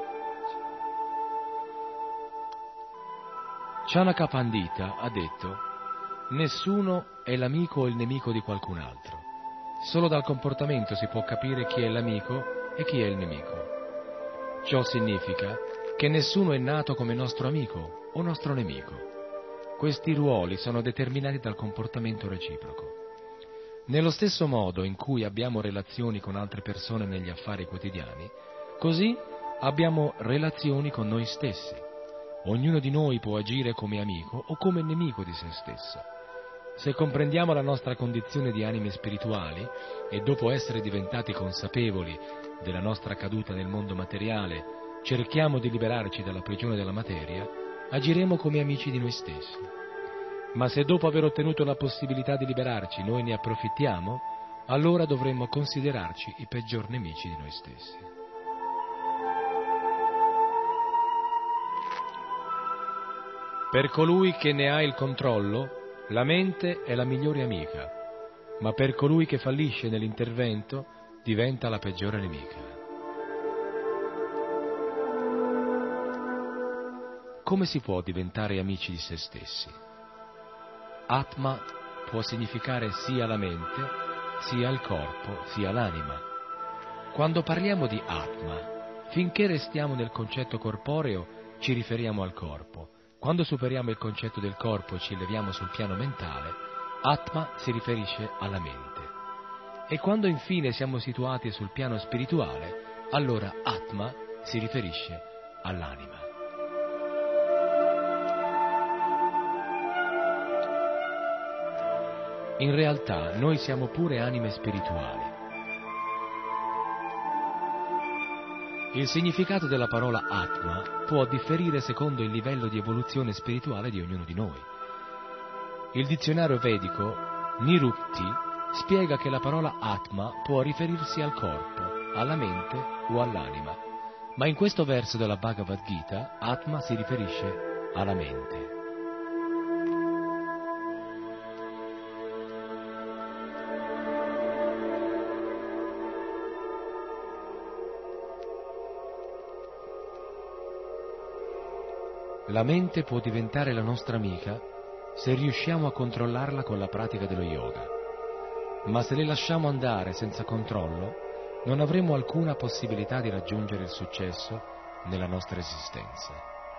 Chanaka Pandita ha detto: nessuno è l'amico o il nemico di qualcun altro. Solo dal comportamento si può capire chi è l'amico e chi è il nemico. Ciò significa che nessuno è nato come nostro amico o nostro nemico. Questi ruoli sono determinati dal comportamento reciproco. Nello stesso modo in cui abbiamo relazioni con altre persone negli affari quotidiani, così abbiamo relazioni con noi stessi. Ognuno di noi può agire come amico o come nemico di se stesso. Se comprendiamo la nostra condizione di anime spirituali e dopo essere diventati consapevoli della nostra caduta nel mondo materiale, cerchiamo di liberarci dalla prigione della materia, agiremo come amici di noi stessi. Ma se dopo aver ottenuto la possibilità di liberarci noi ne approfittiamo, allora dovremmo considerarci i peggior nemici di noi stessi. Per colui che ne ha il controllo, la mente è la migliore amica, ma per colui che fallisce nell'intervento diventa la peggiore nemica. Come si può diventare amici di se stessi? Atma può significare sia la mente, sia il corpo, sia l'anima. Quando parliamo di Atma, finché restiamo nel concetto corporeo, ci riferiamo al corpo. Quando superiamo il concetto del corpo e ci eleviamo sul piano mentale, Atma si riferisce alla mente. E quando infine siamo situati sul piano spirituale, allora Atma si riferisce all'anima. In realtà noi siamo pure anime spirituali. Il significato della parola Atma può differire secondo il livello di evoluzione spirituale di ognuno di noi. Il dizionario vedico Nirukti spiega che la parola Atma può riferirsi al corpo, alla mente o all'anima, ma in questo verso della Bhagavad Gita Atma si riferisce alla mente. La mente può diventare la nostra amica se riusciamo a controllarla con la pratica dello yoga, ma se le lasciamo andare senza controllo non avremo alcuna possibilità di raggiungere il successo nella nostra esistenza.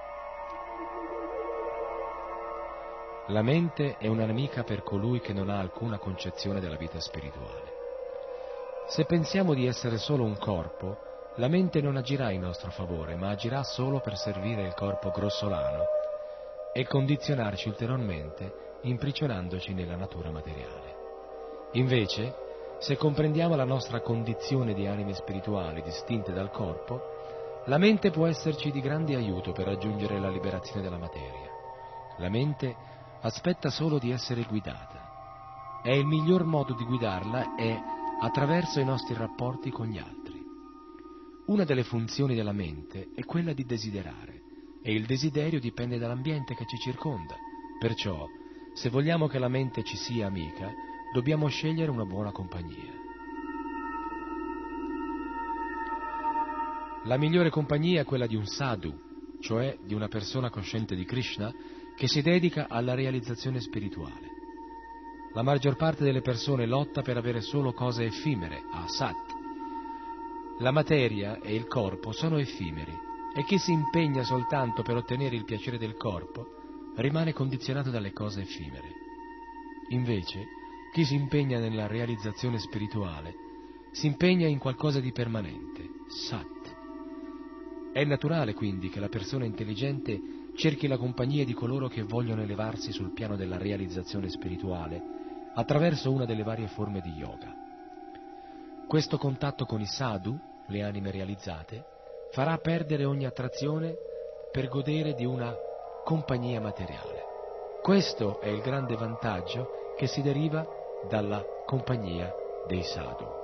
La mente è una nemica per colui che non ha alcuna concezione della vita spirituale. Se pensiamo di essere solo un corpo, la mente non agirà in nostro favore, ma agirà solo per servire il corpo grossolano e condizionarci ulteriormente, imprigionandoci nella natura materiale. Invece, se comprendiamo la nostra condizione di anime spirituali distinte dal corpo, la mente può esserci di grande aiuto per raggiungere la liberazione della materia. La mente aspetta solo di essere guidata, e il miglior modo di guidarla è attraverso i nostri rapporti con gli altri. Una delle funzioni della mente è quella di desiderare, e il desiderio dipende dall'ambiente che ci circonda. Perciò, se vogliamo che la mente ci sia amica, dobbiamo scegliere una buona compagnia. La migliore compagnia è quella di un sadhu, cioè di una persona cosciente di Krishna che si dedica alla realizzazione spirituale. La maggior parte delle persone lotta per avere solo cose effimere, asat. La materia e il corpo sono effimeri, e chi si impegna soltanto per ottenere il piacere del corpo rimane condizionato dalle cose effimere. Invece, chi si impegna nella realizzazione spirituale si impegna in qualcosa di permanente, sat. È naturale quindi che la persona intelligente cerchi la compagnia di coloro che vogliono elevarsi sul piano della realizzazione spirituale attraverso una delle varie forme di yoga. Questo contatto con i sadhu, le anime realizzate, farà perdere ogni attrazione per godere di una compagnia materiale. Questo è il grande vantaggio che si deriva dalla compagnia dei sadhu.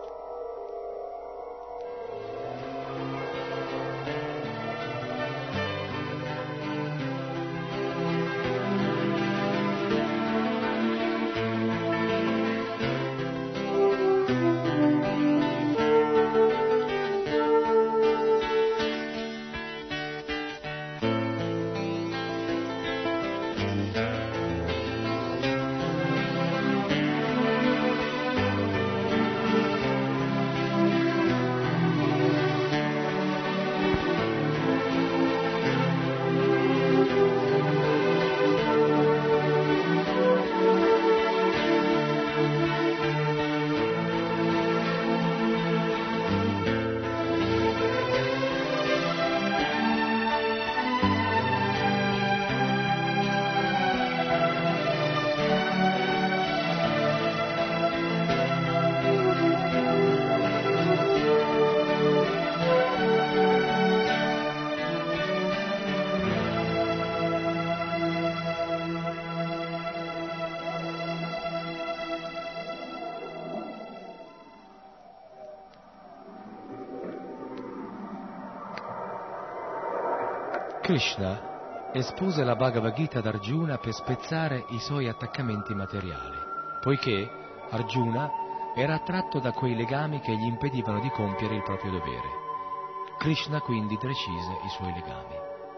Krishna espose la Bhagavad Gita ad Arjuna per spezzare i suoi attaccamenti materiali, poiché Arjuna era attratto da quei legami che gli impedivano di compiere il proprio dovere. Krishna quindi decise i suoi legami.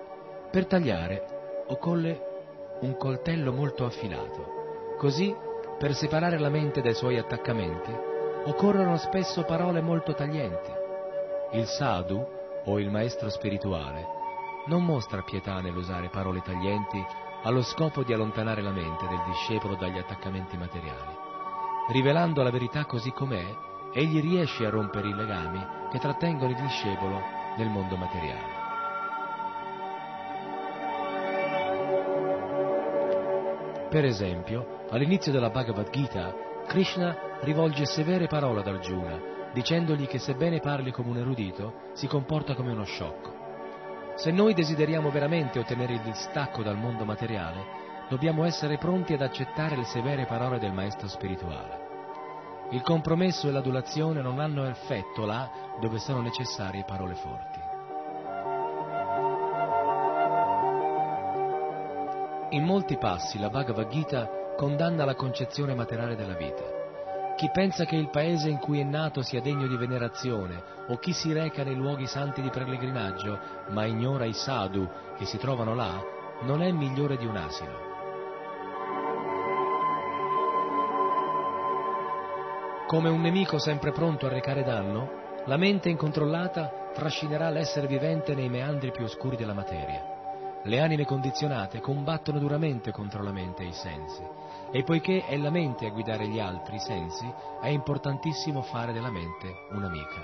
Per tagliare occorre un coltello molto affilato. Così, per separare la mente dai suoi attaccamenti, occorrono spesso parole molto taglienti. Il sadhu, o il maestro spirituale, non mostra pietà nell'usare parole taglienti allo scopo di allontanare la mente del discepolo dagli attaccamenti materiali. Rivelando la verità così com'è, egli riesce a rompere i legami che trattengono il discepolo nel mondo materiale. Per esempio, all'inizio della Bhagavad Gita, Krishna rivolge severe parole ad Arjuna, dicendogli che sebbene parli come un erudito, si comporta come uno sciocco. Se noi desideriamo veramente ottenere il distacco dal mondo materiale, dobbiamo essere pronti ad accettare le severe parole del maestro spirituale. Il compromesso e l'adulazione non hanno effetto là dove sono necessarie parole forti. In molti passi la Bhagavad Gita condanna la concezione materiale della vita. Chi pensa che il paese in cui è nato sia degno di venerazione, o chi si reca nei luoghi santi di pellegrinaggio, ma ignora i sadhu che si trovano là, non è migliore di un asino. Come un nemico sempre pronto a recare danno, la mente incontrollata trascinerà l'essere vivente nei meandri più oscuri della materia. Le anime condizionate combattono duramente contro la mente e i sensi, e poiché è la mente a guidare gli altri sensi, è importantissimo fare della mente un'amica.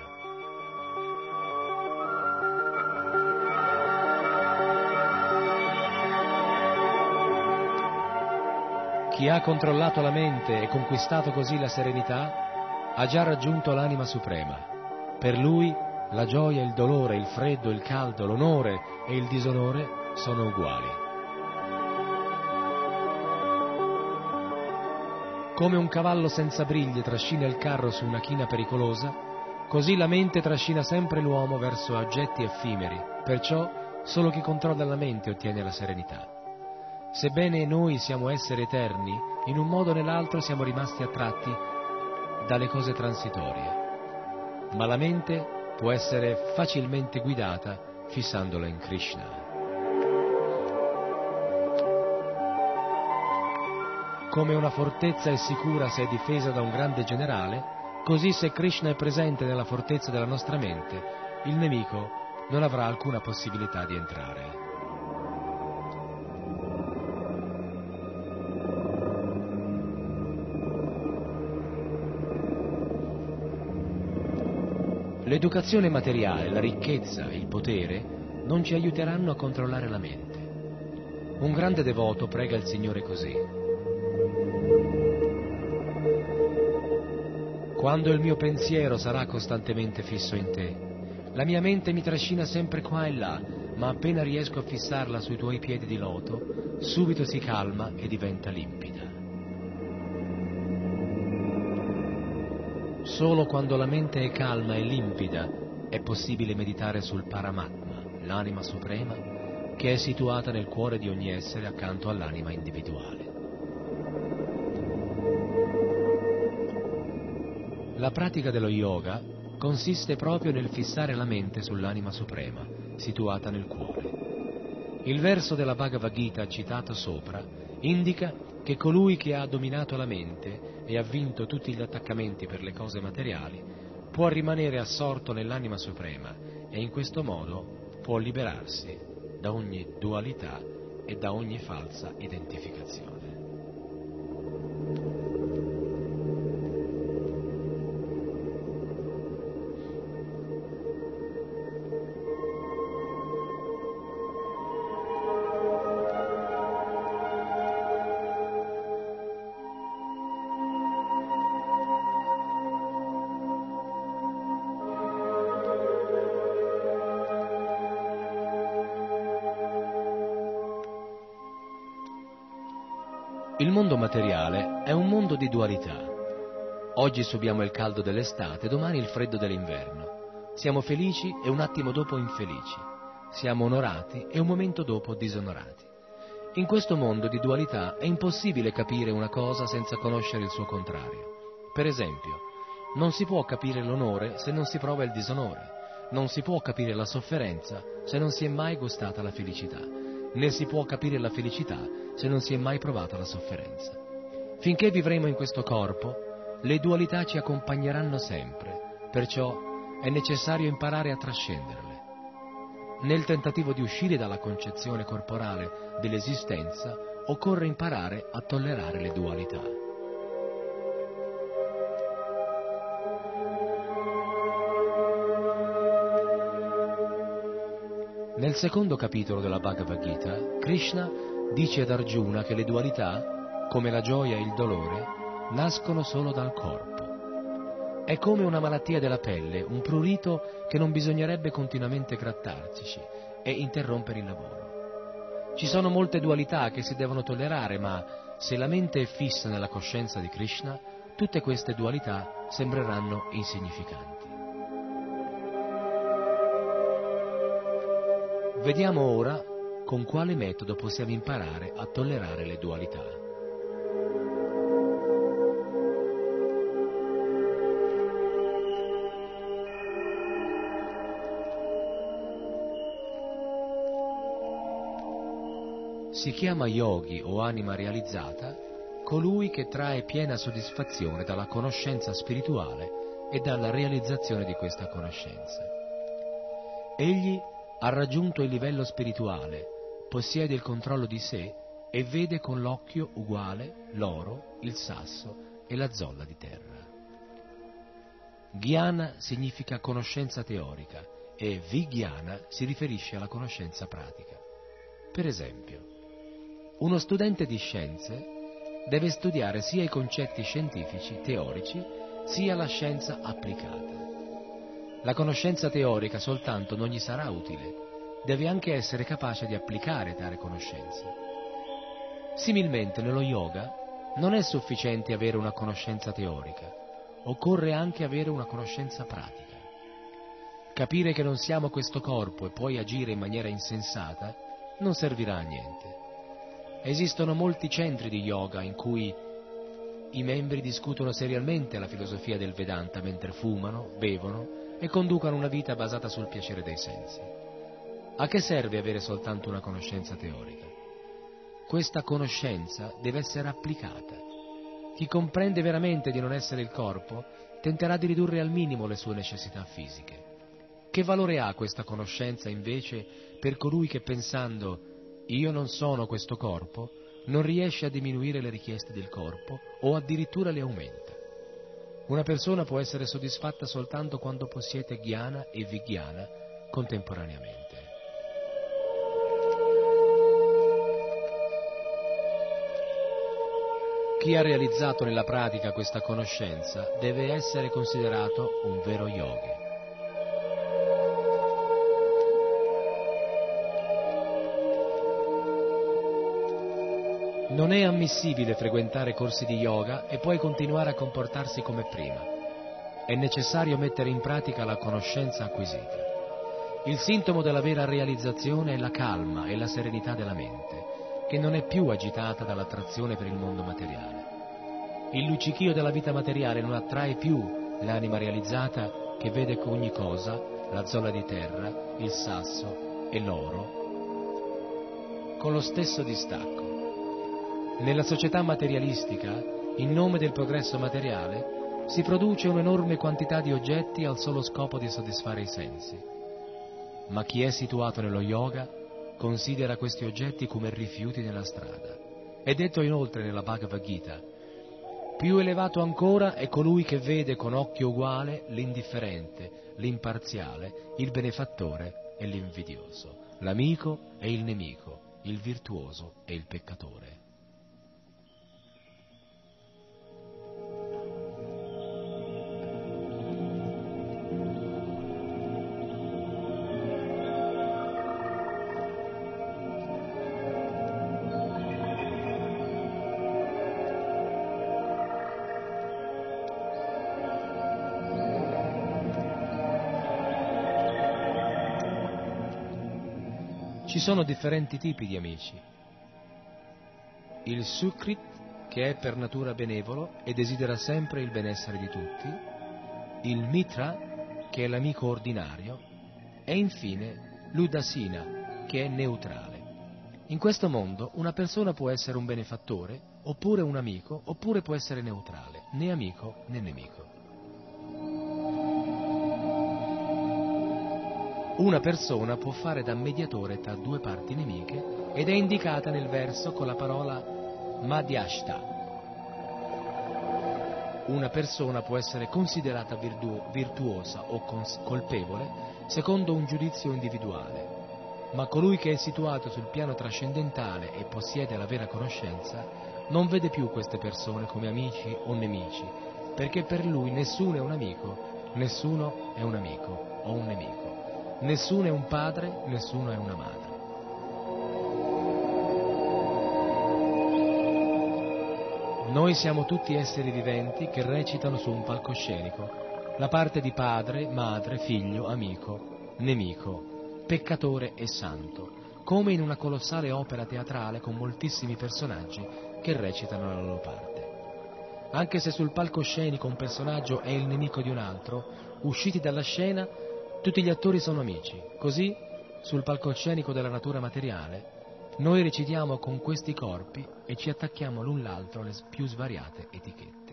Chi ha controllato la mente e conquistato così la serenità ha già raggiunto l'anima suprema. Per lui la gioia, il dolore, il freddo, il caldo, l'onore e il disonore sono uguali. Come un cavallo senza briglie trascina il carro su una china pericolosa, così la mente trascina sempre l'uomo verso oggetti effimeri, perciò solo chi controlla la mente ottiene la serenità. Sebbene noi siamo esseri eterni, in un modo o nell'altro siamo rimasti attratti dalle cose transitorie, ma la mente può essere facilmente guidata fissandola in Krishna. Come una fortezza è sicura se è difesa da un grande generale, così se Krishna è presente nella fortezza della nostra mente, il nemico non avrà alcuna possibilità di entrare. L'educazione materiale, la ricchezza e il potere non ci aiuteranno a controllare la mente. Un grande devoto prega il Signore così: quando il mio pensiero sarà costantemente fisso in te, la mia mente mi trascina sempre qua e là, ma appena riesco a fissarla sui tuoi piedi di loto, subito si calma e diventa limpida. Solo quando la mente è calma e limpida è possibile meditare sul Paramatma, l'anima suprema, che è situata nel cuore di ogni essere accanto all'anima individuale. La pratica dello yoga consiste proprio nel fissare la mente sull'anima suprema, situata nel cuore. Il verso della Bhagavad Gita citato sopra indica che colui che ha dominato la mente e ha vinto tutti gli attaccamenti per le cose materiali può rimanere assorto nell'anima suprema e in questo modo può liberarsi da ogni dualità e da ogni falsa identificazione. Il mondo materiale è un mondo di dualità. Oggi subiamo il caldo dell'estate, domani il freddo dell'inverno. Siamo felici e un attimo dopo infelici. Siamo onorati e un momento dopo disonorati. In questo mondo di dualità è impossibile capire una cosa senza conoscere il suo contrario. Per esempio, non si può capire l'onore se non si prova il disonore. Non si può capire la sofferenza se non si è mai gustata la felicità. Né si può capire la felicità se non si è mai provata la sofferenza. Finché vivremo in questo corpo, le dualità ci accompagneranno sempre, perciò è necessario imparare a trascenderle. Nel tentativo di uscire dalla concezione corporale dell'esistenza, occorre imparare a tollerare le dualità. Nel secondo capitolo della Bhagavad Gita, Krishna dice ad Arjuna che le dualità, come la gioia e il dolore, nascono solo dal corpo. È come una malattia della pelle, un prurito che non bisognerebbe continuamente grattarci e interrompere il lavoro. Ci sono molte dualità che si devono tollerare, ma se la mente è fissa nella coscienza di Krishna, tutte queste dualità sembreranno insignificanti. Vediamo ora con quale metodo possiamo imparare a tollerare le dualità. Si chiama yogi o anima realizzata colui che trae piena soddisfazione dalla conoscenza spirituale e dalla realizzazione di questa conoscenza. Egli ha raggiunto il livello spirituale, possiede il controllo di sé e vede con l'occhio uguale l'oro, il sasso e la zolla di terra. Jnana significa conoscenza teorica e Vijnana si riferisce alla conoscenza pratica. Per esempio, uno studente di scienze deve studiare sia i concetti scientifici, teorici, sia la scienza applicata. La conoscenza teorica soltanto non gli sarà utile, deve anche essere capace di applicare tale conoscenza. Similmente nello yoga non è sufficiente avere una conoscenza teorica, occorre anche avere una conoscenza pratica. Capire che non siamo questo corpo e poi agire in maniera insensata non servirà a niente. Esistono molti centri di yoga in cui i membri discutono seriamente la filosofia del Vedanta mentre fumano, bevono e conducono una vita basata sul piacere dei sensi. A che serve avere soltanto una conoscenza teorica? Questa conoscenza deve essere applicata. Chi comprende veramente di non essere il corpo tenterà di ridurre al minimo le sue necessità fisiche. Che valore ha questa conoscenza invece per colui che pensando «io non sono questo corpo» non riesce a diminuire le richieste del corpo o addirittura le aumenta? Una persona può essere soddisfatta soltanto quando possiede jnana e vijnana contemporaneamente. Chi ha realizzato nella pratica questa conoscenza deve essere considerato un vero yogi. Non è ammissibile frequentare corsi di yoga e poi continuare a comportarsi come prima. È necessario mettere in pratica la conoscenza acquisita. Il sintomo della vera realizzazione è la calma e la serenità della mente, che non è più agitata dall'attrazione per il mondo materiale. Il luccichio della vita materiale non attrae più l'anima realizzata che vede ogni cosa, la zolla di terra, il sasso e l'oro, con lo stesso distacco. Nella società materialistica, in nome del progresso materiale, si produce un'enorme quantità di oggetti al solo scopo di soddisfare i sensi. Ma chi è situato nello yoga considera questi oggetti come rifiuti nella strada. È detto inoltre nella Bhagavad Gita: più elevato ancora è colui che vede con occhio uguale l'indifferente, l'imparziale, il benefattore e l'invidioso, l'amico e il nemico, il virtuoso e il peccatore. Ci sono differenti tipi di amici. Il Sukrit, che è per natura benevolo e desidera sempre il benessere di tutti, il Mitra, che è l'amico ordinario, e infine l'Udasina, che è neutrale. In questo mondo una persona può essere un benefattore, oppure un amico, oppure può essere neutrale, né amico né nemico. Una persona può fare da mediatore tra due parti nemiche ed è indicata nel verso con la parola Madhyashta. Una persona può essere considerata virtuosa o colpevole secondo un giudizio individuale, ma colui che è situato sul piano trascendentale e possiede la vera conoscenza non vede più queste persone come amici o nemici, perché per lui nessuno è un amico, nessuno è un amico o un nemico. Nessuno è un padre, nessuno è una madre. Noi siamo tutti esseri viventi che recitano su un palcoscenico la parte di padre, madre, figlio, amico, nemico, peccatore e santo, come in una colossale opera teatrale con moltissimi personaggi che recitano la loro parte. Anche se sul palcoscenico un personaggio è il nemico di un altro, usciti dalla scena tutti gli attori sono amici. Così, sul palcoscenico della natura materiale, noi recitiamo con questi corpi e ci attacchiamo l'un l'altro alle più svariate etichette.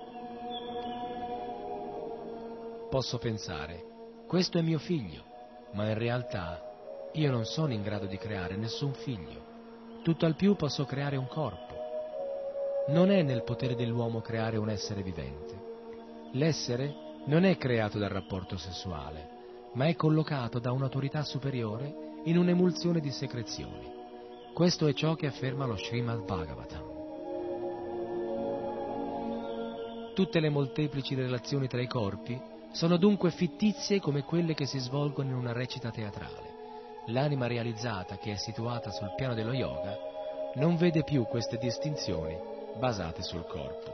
Posso pensare, questo è mio figlio, ma in realtà io non sono in grado di creare nessun figlio. Tutto al più posso creare un corpo. Non è nel potere dell'uomo creare un essere vivente. L'essere non è creato dal rapporto sessuale, ma è collocato da un'autorità superiore in un'emulsione di secrezioni. Questo è ciò che afferma lo Srimad Bhagavatam. Tutte le molteplici relazioni tra i corpi sono dunque fittizie come quelle che si svolgono in una recita teatrale. L'anima realizzata, che è situata sul piano dello yoga, non vede più queste distinzioni basate sul corpo.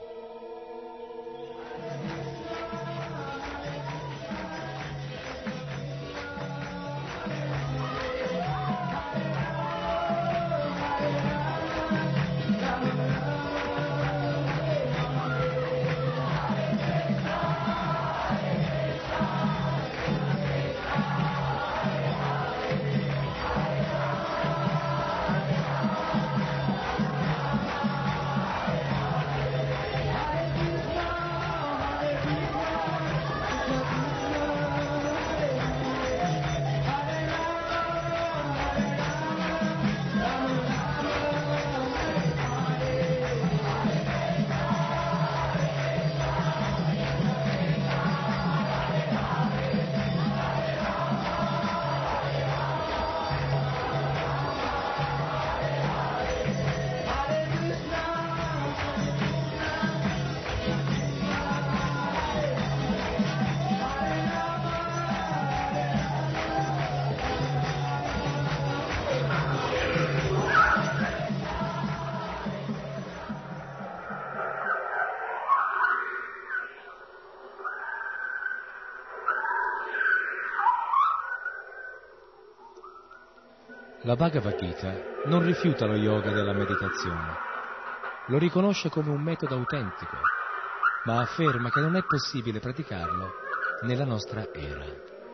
La Bhagavad Gita non rifiuta lo yoga della meditazione, lo riconosce come un metodo autentico, ma afferma che non è possibile praticarlo nella nostra era.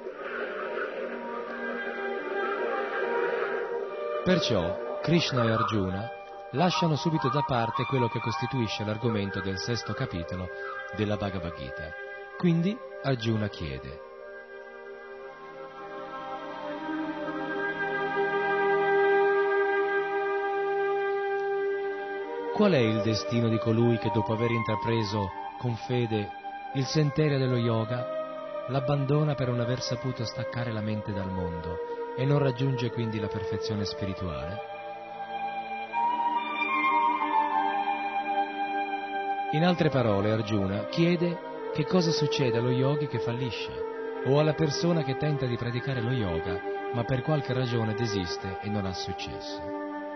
Perciò Krishna e Arjuna lasciano subito da parte quello che costituisce l'argomento del 6º capitolo della Bhagavad Gita. Quindi Arjuna chiede: qual è il destino di colui che, dopo aver intrapreso con fede il sentiero dello yoga, l'abbandona per non aver saputo staccare la mente dal mondo e non raggiunge quindi la perfezione spirituale? In altre parole, Arjuna chiede che cosa succede allo yogi che fallisce o alla persona che tenta di praticare lo yoga ma per qualche ragione desiste e non ha successo.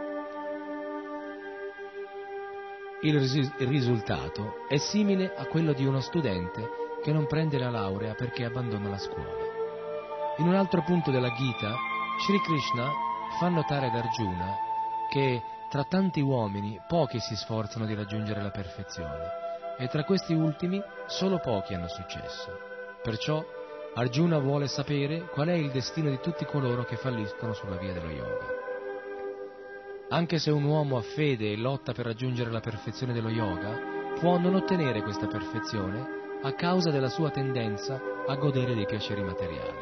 Il risultato è simile a quello di uno studente che non prende la laurea perché abbandona la scuola. In un altro punto della Gita, Sri Krishna fa notare ad Arjuna che tra tanti uomini pochi si sforzano di raggiungere la perfezione e tra questi ultimi solo pochi hanno successo. Perciò Arjuna vuole sapere qual è il destino di tutti coloro che falliscono sulla via dello yoga. Anche se un uomo ha fede e lotta per raggiungere la perfezione dello yoga, può non ottenere questa perfezione a causa della sua tendenza a godere dei piaceri materiali.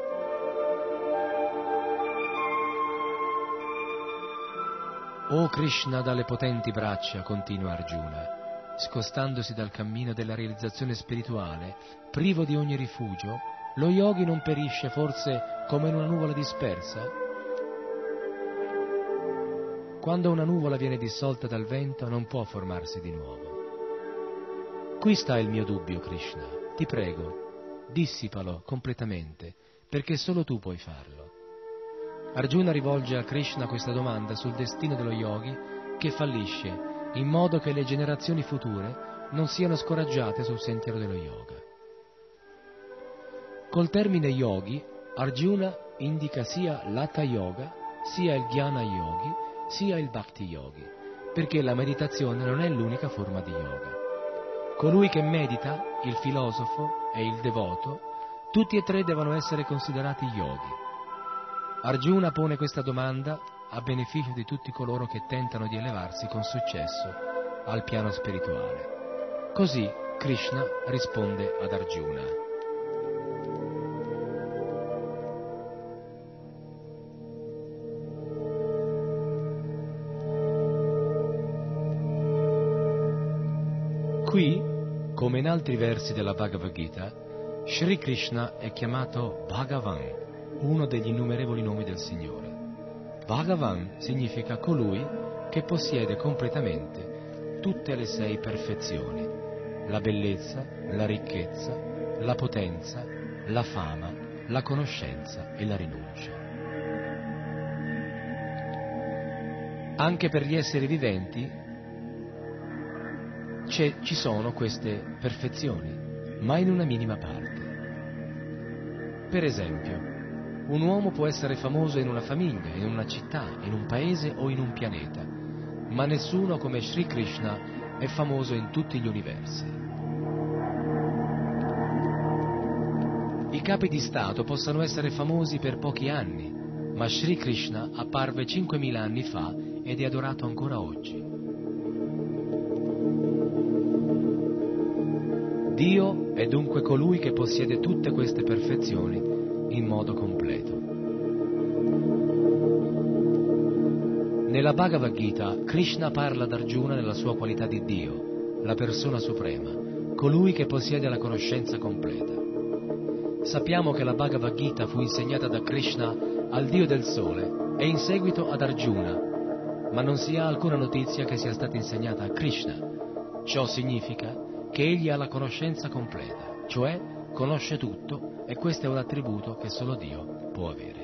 O Krishna dalle potenti braccia, continua Arjuna, scostandosi dal cammino della realizzazione spirituale, privo di ogni rifugio, lo yogi non perisce forse come in una nuvola dispersa? Quando una nuvola viene dissolta dal vento non può formarsi di nuovo. Qui sta il mio dubbio, Krishna. Ti prego, dissipalo completamente, perché solo tu puoi farlo. Arjuna rivolge a Krishna questa domanda sul destino dello yogi che fallisce, in modo che le generazioni future non siano scoraggiate sul sentiero dello yoga. Col termine yogi, Arjuna indica sia l'Hatha Yoga, sia il Jnana Yogi, sia il Bhakti Yogi, perché la meditazione non è l'unica forma di yoga. Colui che medita, il filosofo e il devoto, tutti e tre devono essere considerati yogi. Arjuna pone questa domanda a beneficio di tutti coloro che tentano di elevarsi con successo al piano spirituale. Così Krishna risponde ad Arjuna. Qui, come in altri versi della Bhagavad Gita, Sri Krishna è chiamato Bhagavan, uno degli innumerevoli nomi del Signore. Bhagavan significa colui che possiede completamente tutte le 6 perfezioni, la bellezza, la ricchezza, la potenza, la fama, la conoscenza e la rinuncia. Anche per gli esseri viventi ci sono queste perfezioni, ma in una minima parte. Per esempio, un uomo può essere famoso in una famiglia, in una città, in un paese o in un pianeta, ma nessuno come Sri Krishna è famoso in tutti gli universi. I capi di Stato possono essere famosi per pochi anni, ma Sri Krishna apparve 5.000 anni fa ed è adorato ancora oggi. Dio è dunque colui che possiede tutte queste perfezioni in modo completo. Nella Bhagavad Gita, Krishna parla ad Arjuna nella sua qualità di Dio, la persona suprema, colui che possiede la conoscenza completa. Sappiamo che la Bhagavad Gita fu insegnata da Krishna al Dio del Sole e in seguito ad Arjuna, ma non si ha alcuna notizia che sia stata insegnata a Krishna. Ciò significa che egli ha la conoscenza completa, cioè conosce tutto, e questo è un attributo che solo Dio può avere.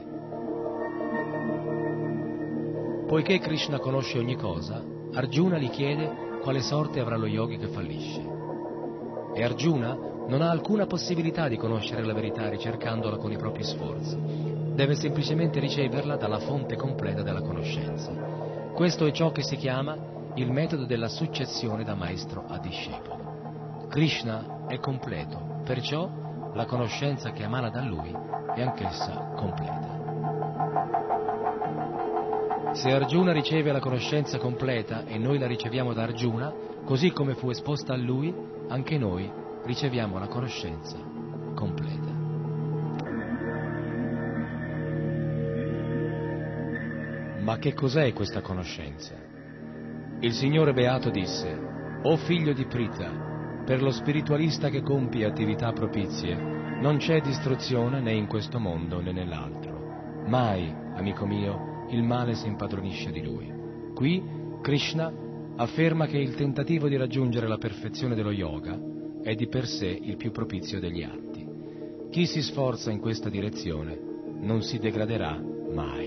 Poiché Krishna conosce ogni cosa, Arjuna gli chiede quale sorte avrà lo yogi che fallisce. E Arjuna non ha alcuna possibilità di conoscere la verità ricercandola con i propri sforzi. Deve semplicemente riceverla dalla fonte completa della conoscenza. Questo è ciò che si chiama il metodo della successione da maestro a discepolo. Krishna è completo, perciò la conoscenza che emana da lui è anch'essa completa. Se Arjuna riceve la conoscenza completa e noi la riceviamo da Arjuna, così come fu esposta a lui, anche noi riceviamo la conoscenza completa. Ma che cos'è questa conoscenza? Il Signore Beato disse: «O figlio di Pritha, per lo spiritualista che compie attività propizie, non c'è distruzione né in questo mondo né nell'altro. Mai, amico mio, il male si impadronisce di lui». Qui Krishna afferma che il tentativo di raggiungere la perfezione dello yoga è di per sé il più propizio degli atti. Chi si sforza in questa direzione non si degraderà mai.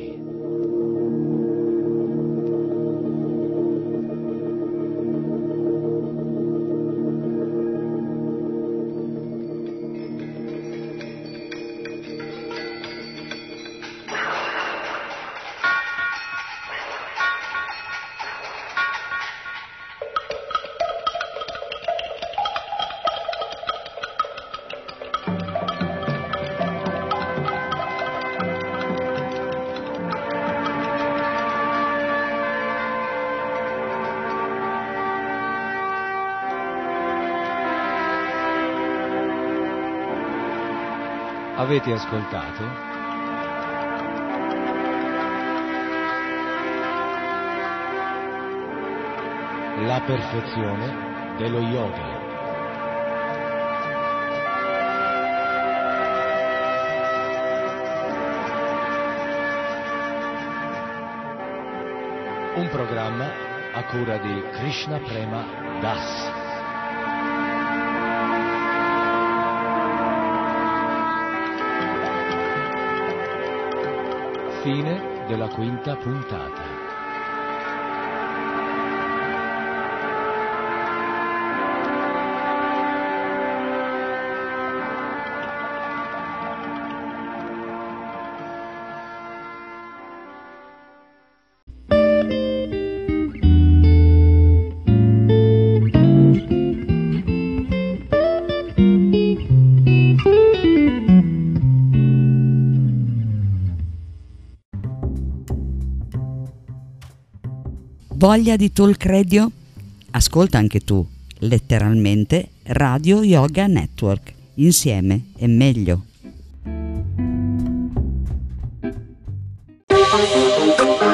Avete ascoltato? La perfezione dello yoga. Un programma a cura di Krishna Prema Das. Fine della quinta puntata. Voglia di talk radio? Ascolta anche tu, letteralmente Radio Yoga Network. Insieme è meglio.